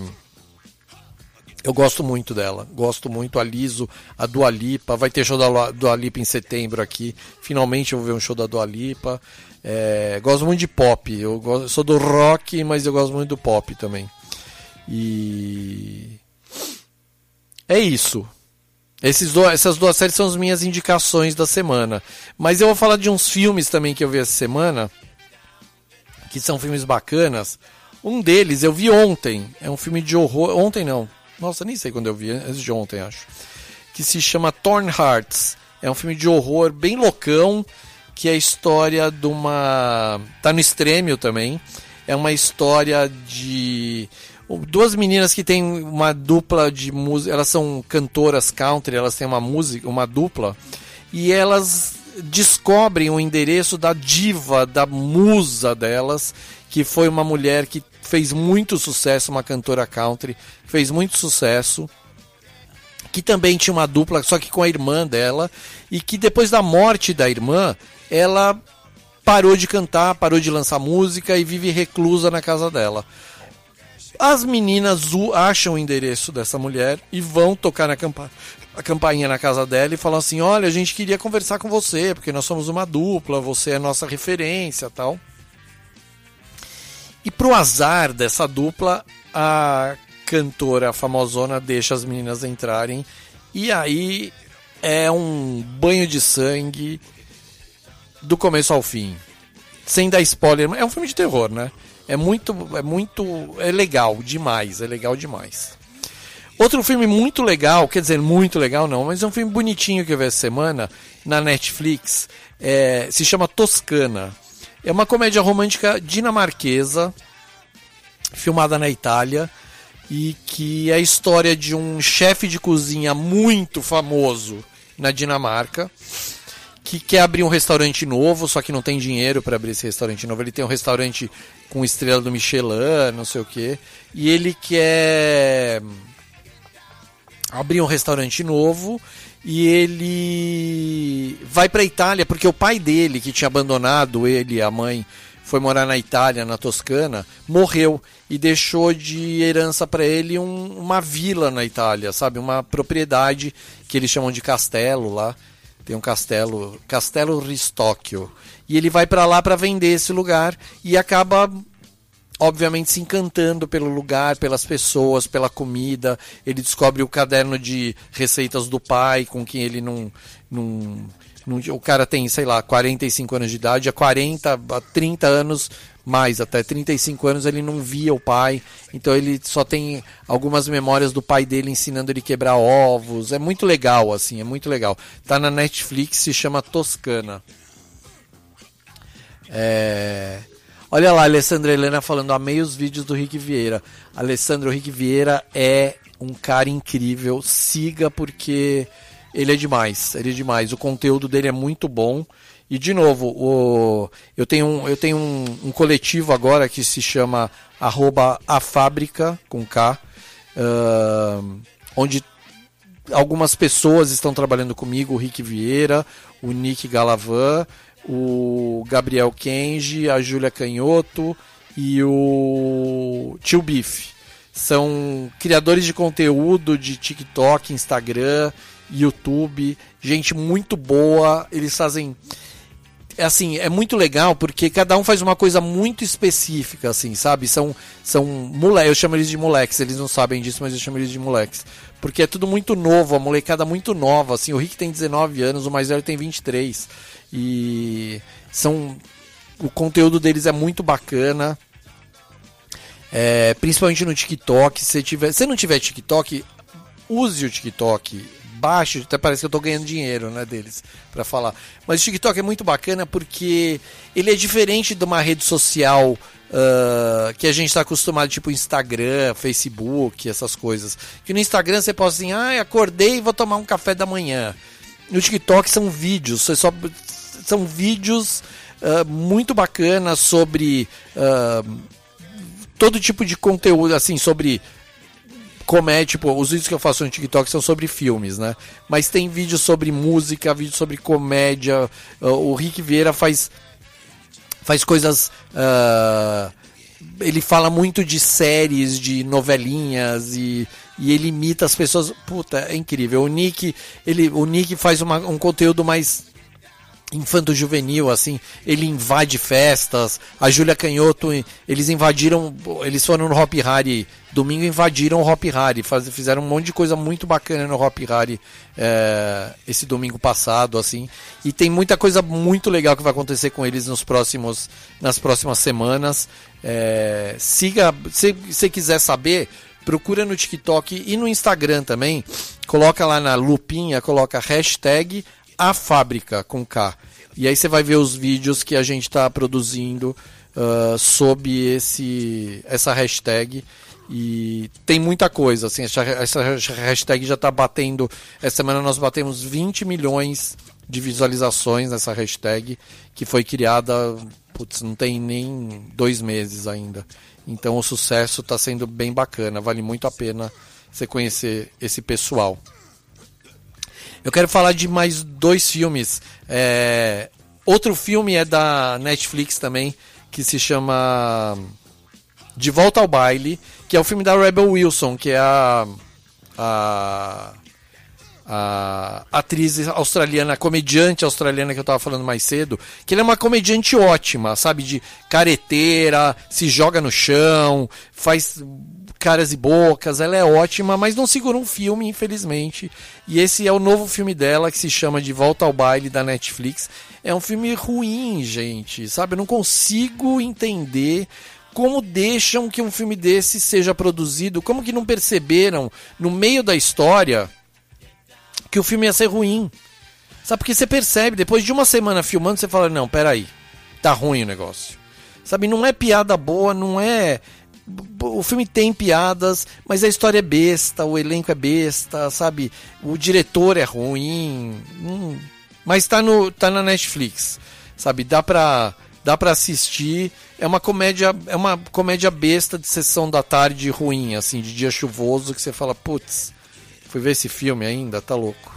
eu gosto muito dela, gosto muito. A Liso, a Dua Lipa, vai ter show da Dua Lipa em setembro aqui, finalmente eu vou ver um show da Dua Lipa. É, gosto muito de pop, eu, gosto, eu sou do rock, mas eu gosto muito do pop também. E é isso. Esses do, essas duas séries são as minhas indicações da semana. Mas eu vou falar de uns filmes também que eu vi essa semana, que são filmes bacanas. Um deles eu vi ontem, é um filme de horror, ontem não, nossa, nem sei quando eu vi, antes de ontem, acho. Que se chama Torn Hearts. É um filme de horror bem loucão, que é a história de uma... Tá no Stremio também. É uma história de duas meninas que têm uma dupla de música. Elas são cantoras country, elas têm uma música, uma dupla. E elas descobrem o endereço da diva, da musa delas, que foi uma mulher que fez muito sucesso, uma cantora country, fez muito sucesso, que também tinha uma dupla, só que com a irmã dela, e que depois da morte da irmã, ela parou de cantar, parou de lançar música e vive reclusa na casa dela. As meninas acham o endereço dessa mulher e vão tocar na campa- a campainha na casa dela e falam assim, olha, a gente queria conversar com você, porque nós somos uma dupla, você é nossa referência, tal. E pro azar dessa dupla, a cantora famosona deixa as meninas entrarem. E aí é um banho de sangue do começo ao fim. Sem dar spoiler. É um filme de terror, né? É muito, é muito... É legal demais, é legal demais. Outro filme muito legal, quer dizer, muito legal não, mas é um filme bonitinho que eu vi essa semana na Netflix. É, se chama Toscana. É uma comédia romântica dinamarquesa, filmada na Itália, e que é a história de um chefe de cozinha muito famoso na Dinamarca, que quer abrir um restaurante novo, só que não tem dinheiro para abrir esse restaurante novo. Ele tem um restaurante com estrela do Michelin, não sei o quê, e ele quer abrir um restaurante novo. E ele vai para a Itália porque o pai dele, que tinha abandonado ele e a mãe, foi morar na Itália, na Toscana, morreu e deixou de herança para ele um, uma vila na Itália, sabe? Uma propriedade que eles chamam de castelo lá. Tem um castelo, Castelo Ristocchio. E ele vai para lá para vender esse lugar e acaba, obviamente, se encantando pelo lugar, pelas pessoas, pela comida. Ele descobre o caderno de receitas do pai, com quem ele não... não, não o cara tem, sei lá, quarenta e cinco anos de idade, há quarenta, há trinta anos... mais até trinta e cinco anos ele não via o pai, então ele só tem algumas memórias do pai dele ensinando ele a quebrar ovos. É muito legal, assim, é muito legal. Tá na Netflix, se chama Toscana. É... Olha lá, a Alessandra Helena falando, amei os vídeos do Rick Vieira. Alessandro, o Rick Vieira é um cara incrível, siga porque ele é demais, ele é demais, o conteúdo dele é muito bom. E, de novo, o, eu tenho, um, eu tenho um, um coletivo agora que se chama arroba a fábrica, com K, uh, onde algumas pessoas estão trabalhando comigo, o Rick Vieira, o Nick Galavan, o Gabriel Kenji, a Júlia Canhoto e o Tio Bife. São criadores de conteúdo de TikTok, Instagram, YouTube, gente muito boa, eles fazem... Assim, é muito legal porque cada um faz uma coisa muito específica, assim, sabe? São, são moleques, eu chamo eles de moleques, eles não sabem disso, mas eu chamo eles de moleques. Porque é tudo muito novo, a molecada muito nova, assim, o Rick tem dezenove anos, o mais velho tem vinte e três. E são... o conteúdo deles é muito bacana, é, principalmente no TikTok. Se tiver, se não tiver TikTok, use o TikTok. Baixo, até parece que eu tô ganhando dinheiro, né, deles, pra falar. Mas o TikTok é muito bacana porque ele é diferente de uma rede social uh, que a gente tá acostumado, tipo Instagram, Facebook, essas coisas. Que no Instagram você pode assim, ah, acordei e vou tomar um café da manhã. No TikTok são vídeos, só, são vídeos uh, muito bacanas sobre uh, todo tipo de conteúdo, assim, sobre... comédia, tipo, os vídeos que eu faço no TikTok são sobre filmes, né? Mas tem vídeos sobre música, vídeos sobre comédia. O Rick Vieira faz faz coisas... Uh, ele fala muito de séries, de novelinhas e, e ele imita as pessoas. Puta, é incrível. O Nick, ele, o Nick faz uma, um conteúdo mais infanto-juvenil, assim, ele invade festas. A Júlia Canhoto, eles invadiram, eles foram no Hop Hari domingo, invadiram o Hop Hari, faz, fizeram um monte de coisa muito bacana no Hop Hari é, esse domingo passado, assim, e tem muita coisa muito legal que vai acontecer com eles nos próximos, nas próximas semanas. É, siga, se você quiser saber, procura no TikTok e no Instagram também, coloca lá na lupinha, coloca hashtag a fábrica com K. E aí você vai ver os vídeos que a gente está produzindo uh, sob esse, essa hashtag. E tem muita coisa, assim, essa, essa hashtag já está batendo. Essa semana nós batemos vinte milhões de visualizações nessa hashtag, que foi criada, putz, não tem nem dois meses ainda. Então o sucesso está sendo bem bacana, vale muito a pena você conhecer esse pessoal. Eu quero falar de mais dois filmes. É... Outro filme é da Netflix também, que se chama De Volta ao Baile, que é o filme da Rebel Wilson, que é a, a, a atriz australiana, a comediante australiana que eu estava falando mais cedo, que ela é uma comediante ótima, sabe? De careteira, se joga no chão, faz... caras e bocas, ela é ótima, mas não segura um filme, infelizmente. E esse é o novo filme dela, que se chama De Volta ao Baile, da Netflix. É um filme ruim, gente, sabe? Eu não consigo entender como deixam que um filme desse seja produzido, como que não perceberam, no meio da história, que o filme ia ser ruim. Sabe, porque você percebe, depois de uma semana filmando, você fala, não, peraí, tá ruim o negócio. Sabe, não é piada boa, não é... O filme tem piadas, mas a história é besta, o elenco é besta, sabe? O diretor é ruim, hum, mas tá, no, tá na Netflix, sabe? Dá pra, dá pra assistir. É uma comédia, é uma comédia besta de sessão da tarde ruim, assim, de dia chuvoso, que você fala, putz, fui ver esse filme ainda, tá louco.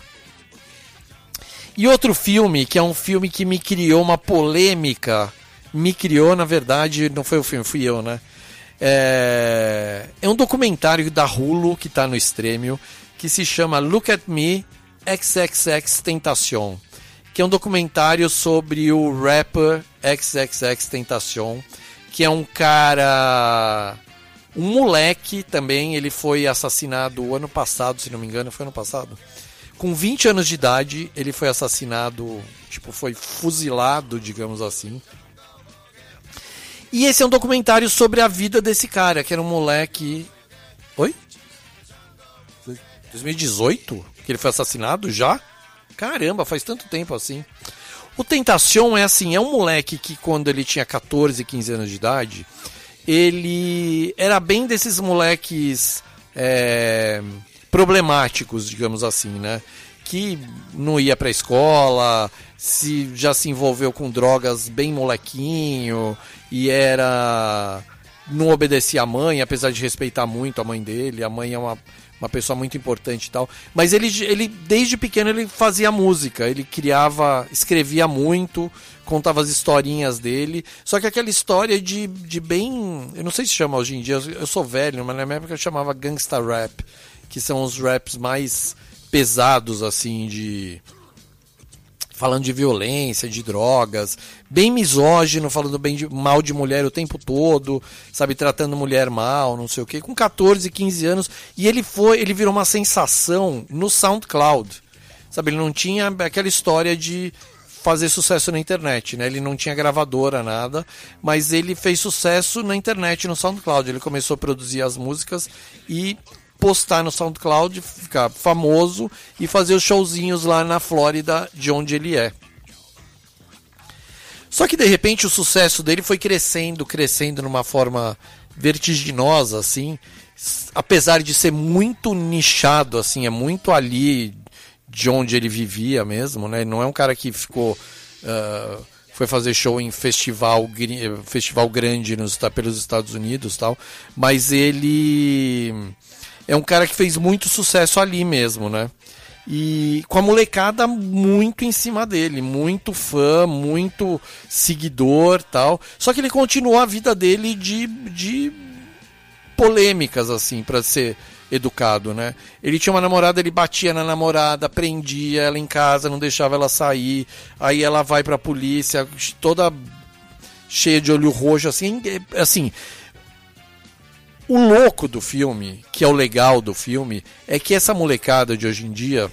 E outro filme, que é um filme que me criou uma polêmica, me criou, na verdade, não foi o filme, fui eu, né? É, é um documentário da Hulu que está no Stremio, que se chama Look at Me, X X X Tentacion. que é um documentário sobre o rapper XXXTentacion, que é um cara, um moleque também. Ele foi assassinado o ano passado, se não me engano, foi ano passado. Com vinte anos de idade, ele foi assassinado, tipo, foi fuzilado, digamos assim. E esse é um documentário sobre a vida desse cara, que era um moleque... Oi? dois mil e dezoito? Que ele foi assassinado já? Caramba, faz tanto tempo assim. O Tentacion é assim, é um moleque que quando ele tinha catorze, quinze anos de idade, ele era bem desses moleques é, problemáticos, digamos assim, né? Que não ia pra escola, se, já se envolveu com drogas bem molequinho, e era... não obedecia à mãe, apesar de respeitar muito a mãe dele. A mãe é uma, uma pessoa muito importante e tal. Mas ele, ele, desde pequeno, ele fazia música. Ele criava, escrevia muito, contava as historinhas dele. Só que aquela história de, de bem... eu não sei se chama hoje em dia, eu sou velho, mas na minha época eu chamava gangsta rap, que são os raps mais pesados, assim, de... falando de violência, de drogas, bem misógino, falando bem de, mal de mulher o tempo todo, sabe, tratando mulher mal, não sei o quê, com catorze, quinze anos, e ele foi, ele virou uma sensação no SoundCloud, sabe, ele não tinha aquela história de fazer sucesso na internet, né, ele não tinha gravadora, nada, mas ele fez sucesso na internet, no SoundCloud, ele começou a produzir as músicas e postar no SoundCloud, ficar famoso e fazer os showzinhos lá na Flórida, de onde ele é. Só que de repente o sucesso dele foi crescendo, crescendo numa forma vertiginosa, assim, apesar de ser muito nichado, assim, é muito ali de onde ele vivia mesmo, né? Não é um cara que ficou... Uh, foi fazer show em festival, festival grande nos, pelos Estados Unidos, tal, mas ele... é um cara que fez muito sucesso ali mesmo, né? E com a molecada muito em cima dele, muito fã, muito seguidor, tal. Só que ele continuou a vida dele de, de polêmicas, assim, pra ser educado, né? Ele tinha uma namorada, ele batia na namorada, prendia ela em casa, não deixava ela sair. Aí ela vai pra polícia, toda cheia de olho roxo, assim, assim... O louco do filme, que é o legal do filme, é que essa molecada de hoje em dia,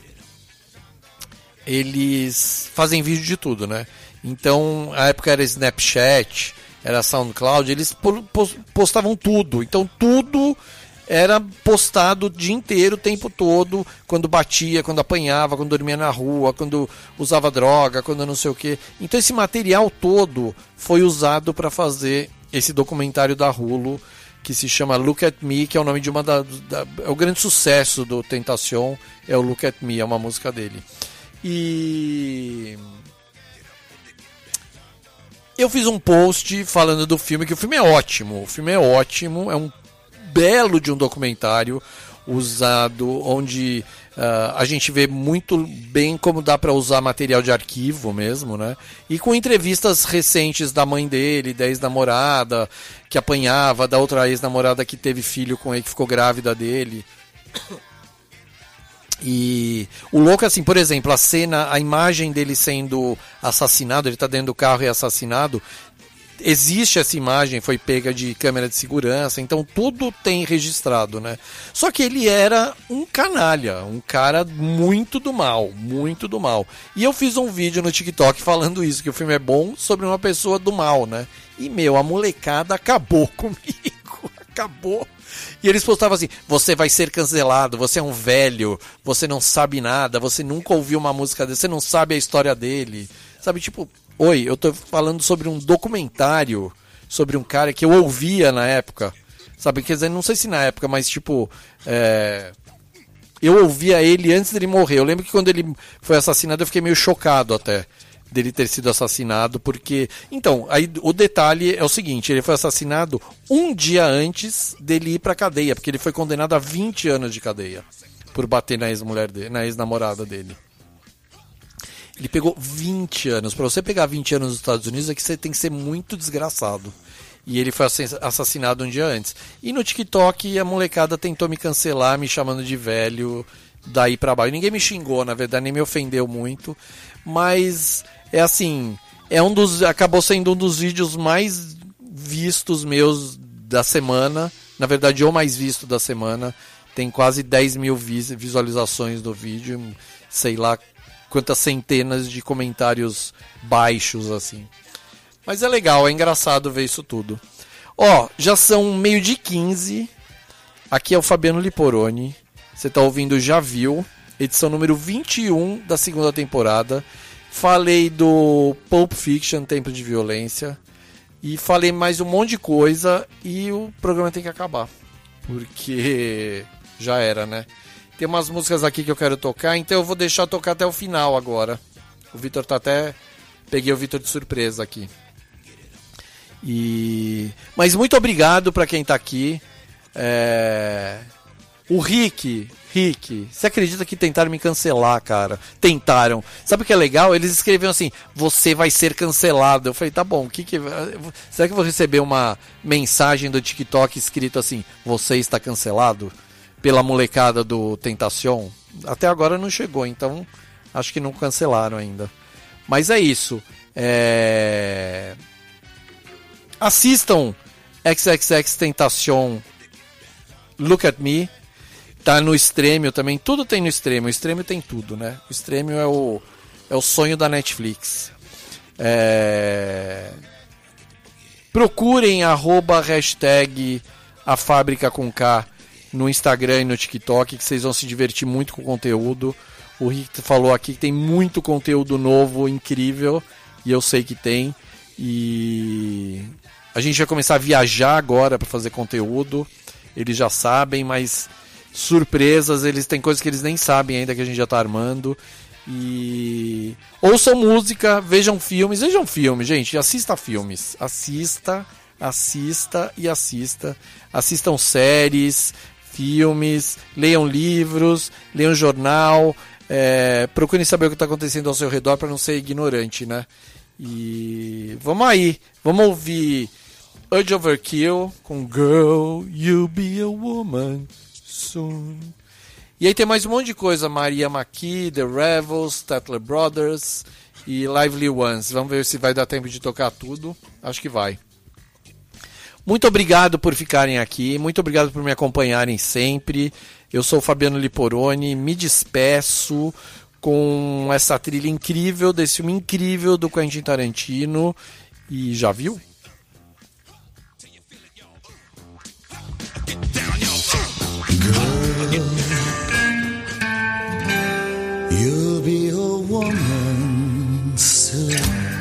eles fazem vídeo de tudo, né? Então, a época era Snapchat, era SoundCloud, eles postavam tudo. Então, tudo era postado o dia inteiro, o tempo todo, quando batia, quando apanhava, quando dormia na rua, quando usava droga, quando não sei o quê. Então, esse material todo foi usado para fazer esse documentário da Hulu, que se chama Look at Me, que é o nome de uma da, da... é o grande sucesso do Tentacion, é o Look at Me, é uma música dele. E... eu fiz um post falando do filme, que o filme é ótimo, o filme é ótimo, é um belo de um documentário usado, onde uh, a gente vê muito bem como dá para usar material de arquivo mesmo, né? E com entrevistas recentes da mãe dele, da ex-namorada, que apanhava, da outra ex-namorada que teve filho com ele, que ficou grávida dele. E o louco, assim, por exemplo, a cena, a imagem dele sendo assassinado, ele tá dentro do carro e é assassinado, existe essa imagem, foi pega de câmera de segurança, então tudo tem registrado, né? Só que ele era um canalha, um cara muito do mal, muito do mal. E eu fiz um vídeo no TikTok falando isso, que o filme é bom sobre uma pessoa do mal, né? E, meu, a molecada acabou comigo, acabou. E eles postavam assim, você vai ser cancelado, você é um velho, você não sabe nada, você nunca ouviu uma música dele, você não sabe a história dele, sabe, tipo... Oi, eu tô falando sobre um documentário sobre um cara que eu ouvia na época, sabe? Quer dizer, não sei se na época, mas tipo, é... eu ouvia ele antes dele morrer. Eu lembro que quando ele foi assassinado eu fiquei meio chocado até dele ter sido assassinado, porque... Então, aí o detalhe é o seguinte, ele foi assassinado um dia antes dele ir pra cadeia, porque ele foi condenado a vinte anos de cadeia por bater na ex-mulher dele, na ex-namorada dele. Ele pegou vinte anos. Para você pegar vinte anos nos Estados Unidos é que você tem que ser muito desgraçado. E ele foi assassinado um dia antes. E no TikTok a molecada tentou me cancelar, me chamando de velho daí pra baixo. Ninguém me xingou, na verdade, nem me ofendeu muito, mas é assim, é um dos, acabou sendo um dos vídeos mais vistos meus da semana, na verdade o mais visto da semana, tem quase dez mil visualizações do vídeo, sei lá quantas centenas de comentários baixos assim. Mas é legal, é engraçado ver isso tudo. Ó, já são meio-dia e quinze, aqui é o Fabiano Liporoni, você tá ouvindo Já Viu, edição número vinte e um da segunda temporada. Falei do Pulp Fiction, Tempo de Violência, e falei mais um monte de coisa e o programa tem que acabar, porque já era, né? Tem umas músicas aqui que eu quero tocar, então eu vou deixar tocar até o final agora. O Vitor tá até... Peguei o Vitor de surpresa aqui. E... Mas muito obrigado para quem tá aqui. É... O Rick, Rick, você acredita que tentaram me cancelar, cara? Tentaram. Sabe o que é legal? Eles escreveram assim, você vai ser cancelado. Eu falei, tá bom, que que... será que eu vou receber uma mensagem do TikTok escrito assim, você está cancelado? Pela molecada do Tentacion? Até agora não chegou, então acho que não cancelaram ainda. Mas é isso. É... Assistam X X X Tentacion Look at Me. Tá no Stremio também, tudo tem no Stremio. O Stremio tem tudo, né? O Stremio é o, é o sonho da Netflix. É... Procurem arroba hashtag a fábrica com K no Instagram e no TikTok, que vocês vão se divertir muito com o conteúdo. O Rick falou aqui que tem muito conteúdo novo, incrível, e eu sei que tem. E a gente vai começar a viajar agora para fazer conteúdo. Eles já sabem, mas surpresas, eles têm coisas que eles nem sabem ainda que a gente já está armando. E ouçam música, vejam filmes, vejam filmes, gente, assista filmes, assista, assista e assista. Assistam séries, filmes, leiam livros, leiam jornal, é, procurem saber o que está acontecendo ao seu redor para não ser ignorante, né? E vamos aí, vamos ouvir Urge Overkill com Girl, You'll Be a Woman Soon. E aí tem mais um monte de coisa, Maria McKee, The Revels, Statler Brothers e Lively Ones. Vamos ver se vai dar tempo de tocar tudo. Acho que vai. Muito obrigado por ficarem aqui, muito obrigado por me acompanharem sempre. Eu sou o Fabiano Liporoni, me despeço com essa trilha incrível, desse filme incrível do Quentin Tarantino. E já viu? You'll be a woman soon.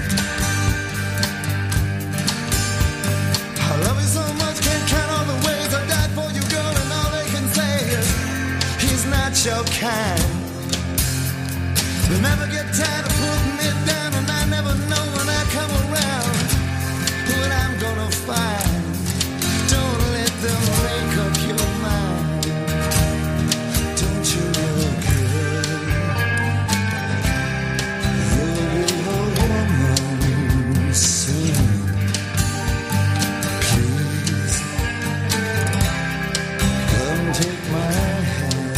I love you so much, can't count all the ways I died for you, girl, and all they can say is he's not your kind. They never get tired of putting it down, and I never know when I come around what I'm gonna find. Don't let them make up your mind. Don't you know, girl, you'll be a woman soon. Please, come take my hand.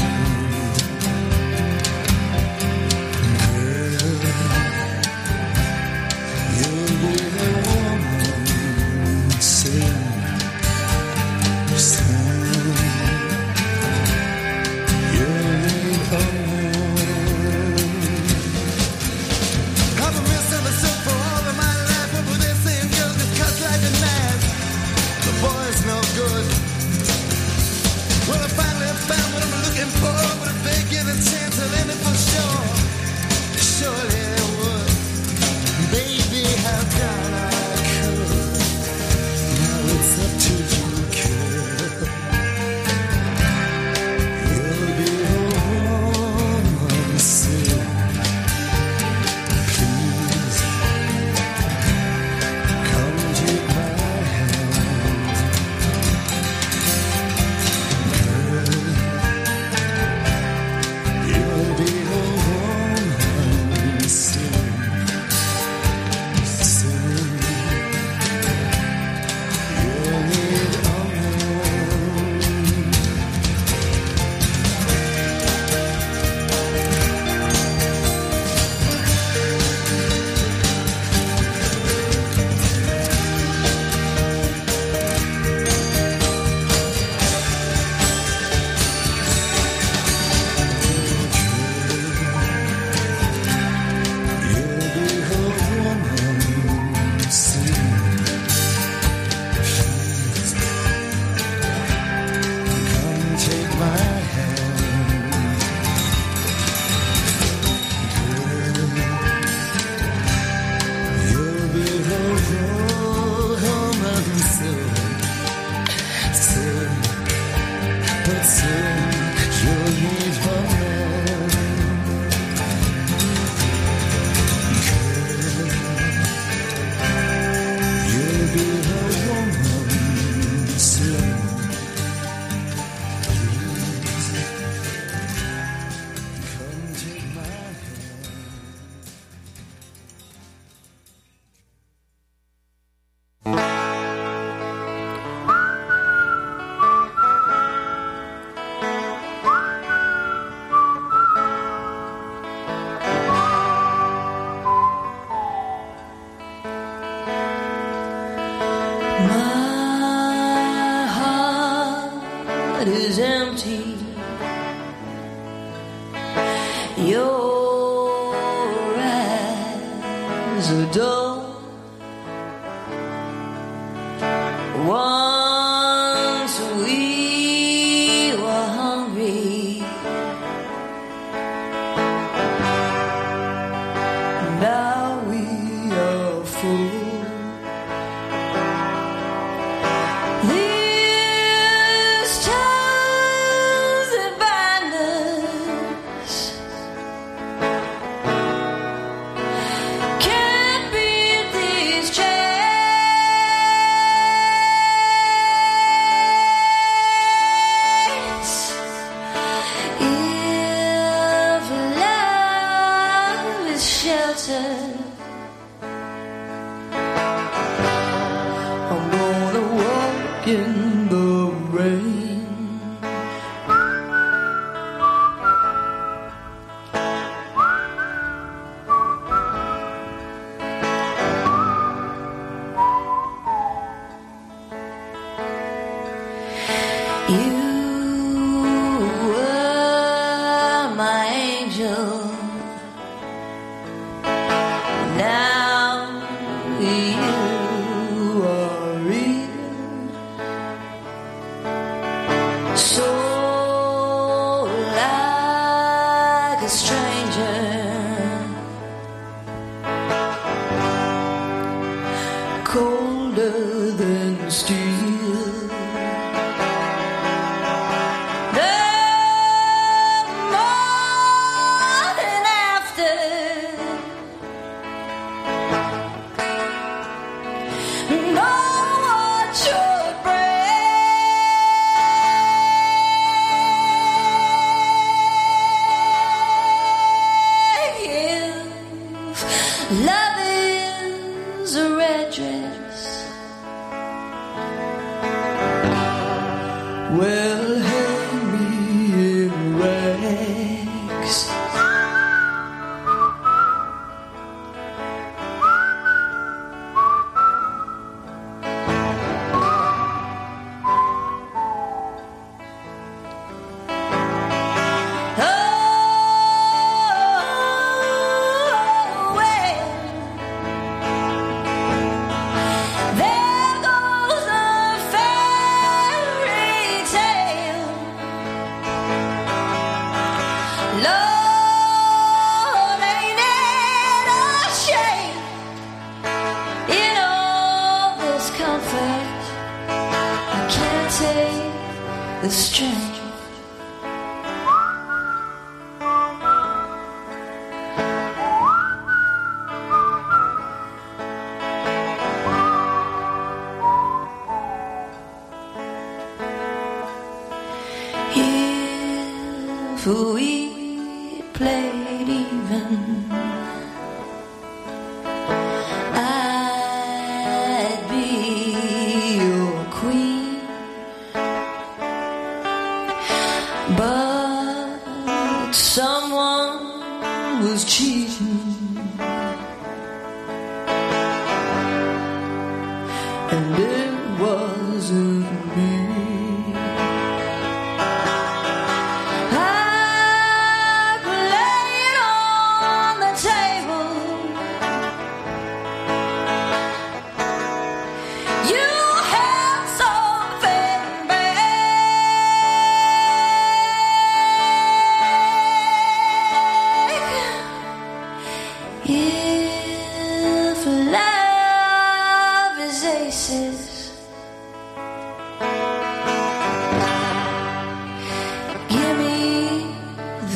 You'll be a woman but soon you'll meet her man. Girl, you'll be her woman soon. Please, come take my hand. My heart is empty. Your eyes are dull. Once we were hungry. Now we are full. These ties that bind us can't beat these chains. If love is shelter, I'm gonna walk in the rain. You were my angel. Now you are real. So like a stranger, colder than steel. The morning after, no one should break. If love is a red dress, well, hang me in rags. Oh, well, there goes a fairy tale. Lord, ain't it a shame? In all this comfort, I can't take the strain. If we played even, I'd be your queen. But someone was cheating, and it wasn't me.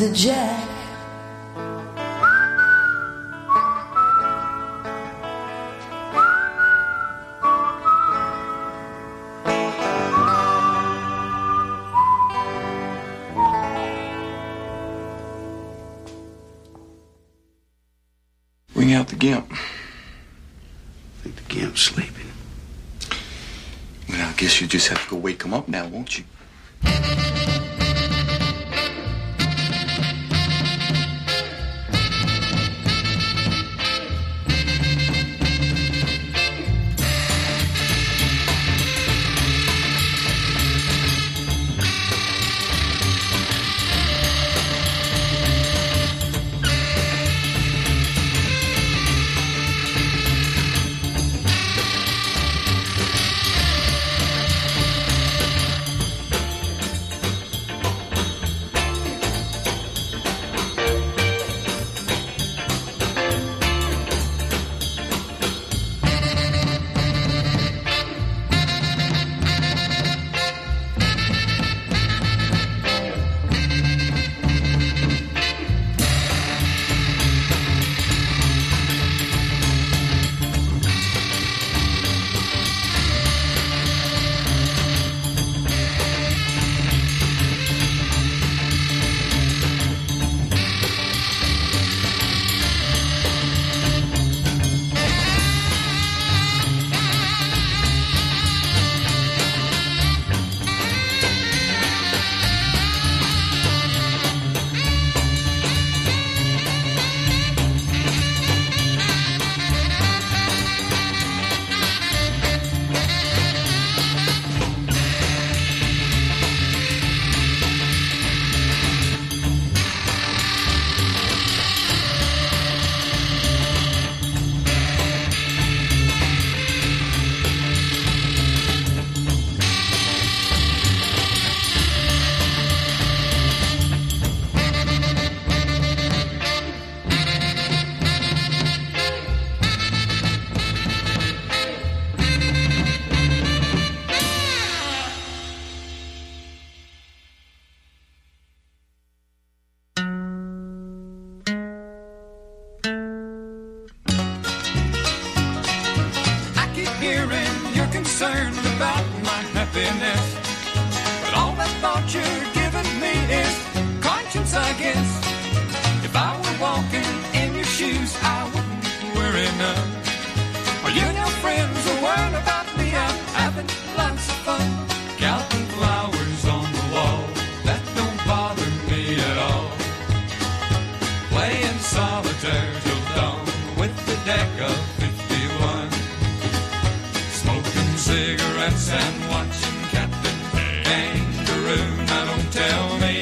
the jack. Bring out the gimp. I think the gimp's sleeping. Well, I guess you just have to go wake him up now, won't you? concerned about my happiness. But all that thought you're giving me is conscience, I guess. If I were walking in your shoes, I wouldn't worry none. Are you and your friends are worried about me? I'm having lots of fun. Counting flowers on the wall, that don't bother me at all. Playing solitaire till dawn with the deck of fifty-one. Smoking cigarettes and watching Captain Kangaroo. Now don't tell me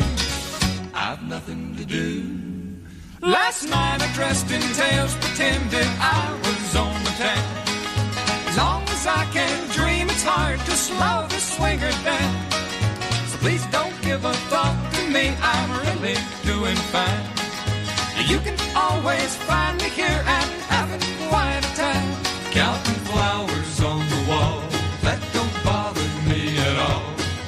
I've nothing to do. Last night I dressed in tails, pretended I was on the town. As long as I can dream, it's hard to slow the swinger down. So please don't give a thought to me, I'm really doing fine. You can always find me here and having quite a time. Counting flowers on the wall, that don't bother me at all.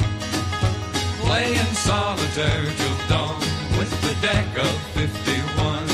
Playing solitaire till dawn with the deck of fifty-one.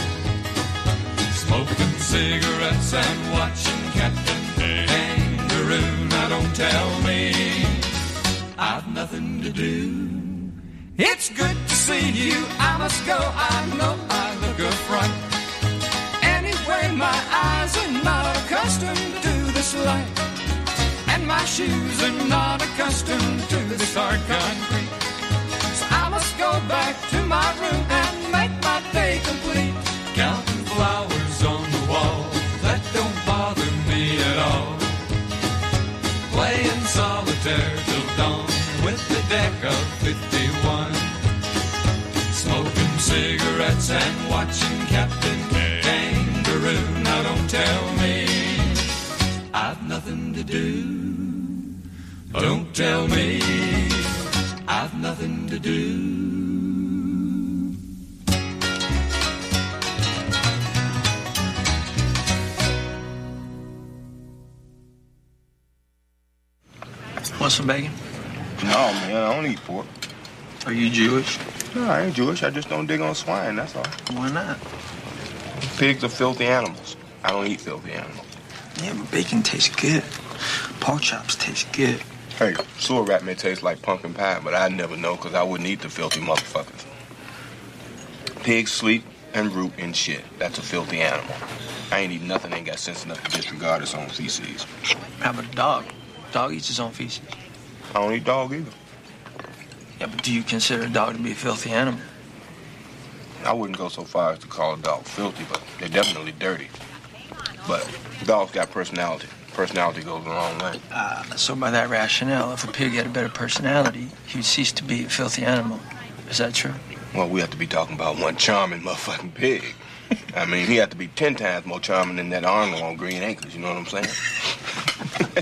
Smoking cigarettes and watching Captain Kangaroo. Now don't tell me I've nothing to do. It's good to see you, I must go, I know I look a fright. Anyway, my eyes are not accustomed to this light. And my shoes are not accustomed to this hard concrete. So I must go back to my room and make my day complete. Counting flowers on the wall, that don't bother me at all. Playing solitaire till dawn with the deck of fifty-one. Smoking cigarettes and watching Captain Kangaroo. Now don't tell me I've nothing to do. Don't tell me I've nothing to do. Want some bacon? No, man, I don't eat pork. Are you Jewish? No, I ain't Jewish. I just don't dig on swine, that's all. Why not? Pigs are filthy animals. I don't eat filthy animals. Yeah, but bacon tastes good. Pork chops taste good. Hey, sewer rat may taste like pumpkin pie, but I'd never know because I wouldn't eat the filthy motherfuckers. Pigs sleep and root in shit. That's a filthy animal. I ain't eat nothing that ain't got sense enough to disregard its own feces. How about a dog? Dog eats his own feces. I don't eat dog either. Yeah, but do you consider a dog to be a filthy animal? I wouldn't go so far as to call a dog filthy, but they're definitely dirty. But dogs got personality. Personality goes a long way. Uh, so by that rationale, if a pig had a better personality, he would cease to be a filthy animal. Is that true? Well, we have to be talking about one charming motherfucking pig. I mean, he had to be ten times more charming than that Arnold on Green Acres, you know what I'm saying?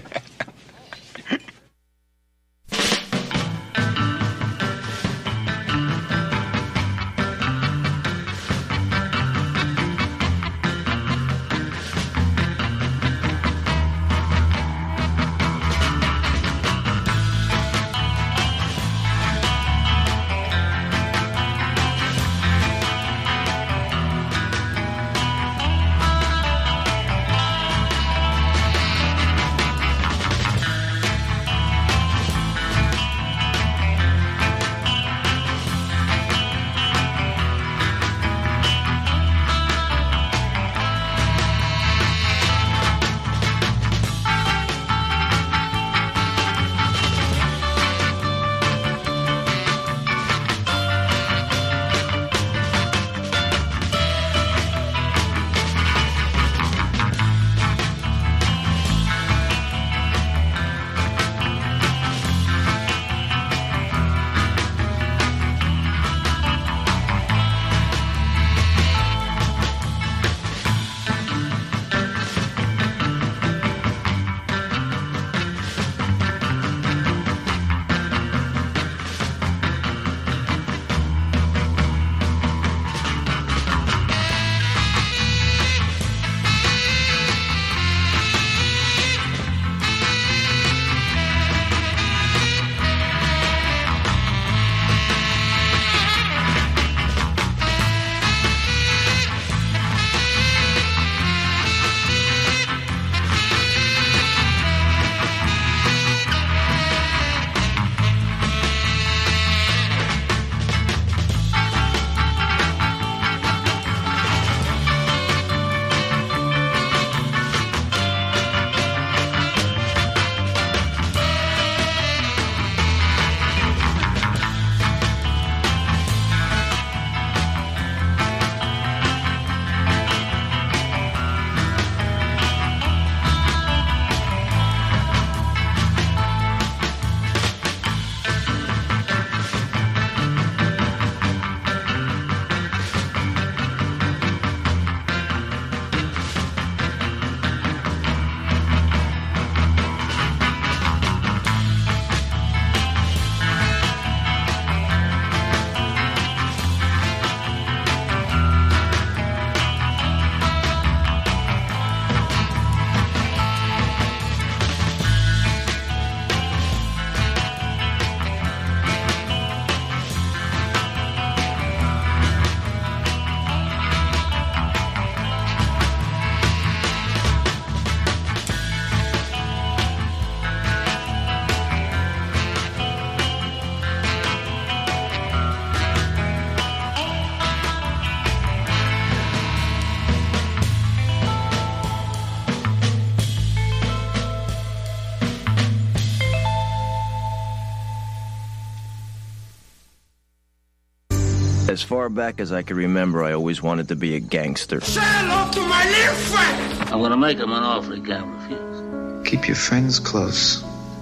As far back as I can remember, I always wanted to be a gangster. Say hello to my little friend! I'm gonna make him an offer he can't refuse. Keep your friends close,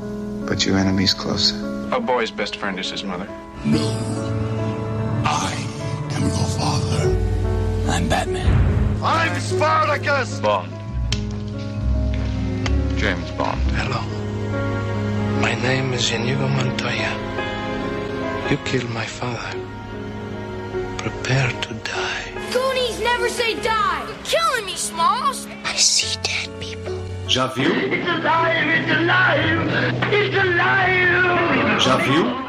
but your enemies closer. A boy's best friend is his mother. No. I am your father. I'm Batman. I'm Spartacus! Bond. James Bond. Hello. My name is Inigo Montoya. You killed my father. Prepare to die. Goonies never say die. You're killing me, Smalls. I see dead people. Já viu? It's alive, it's alive, it's alive. Já viu?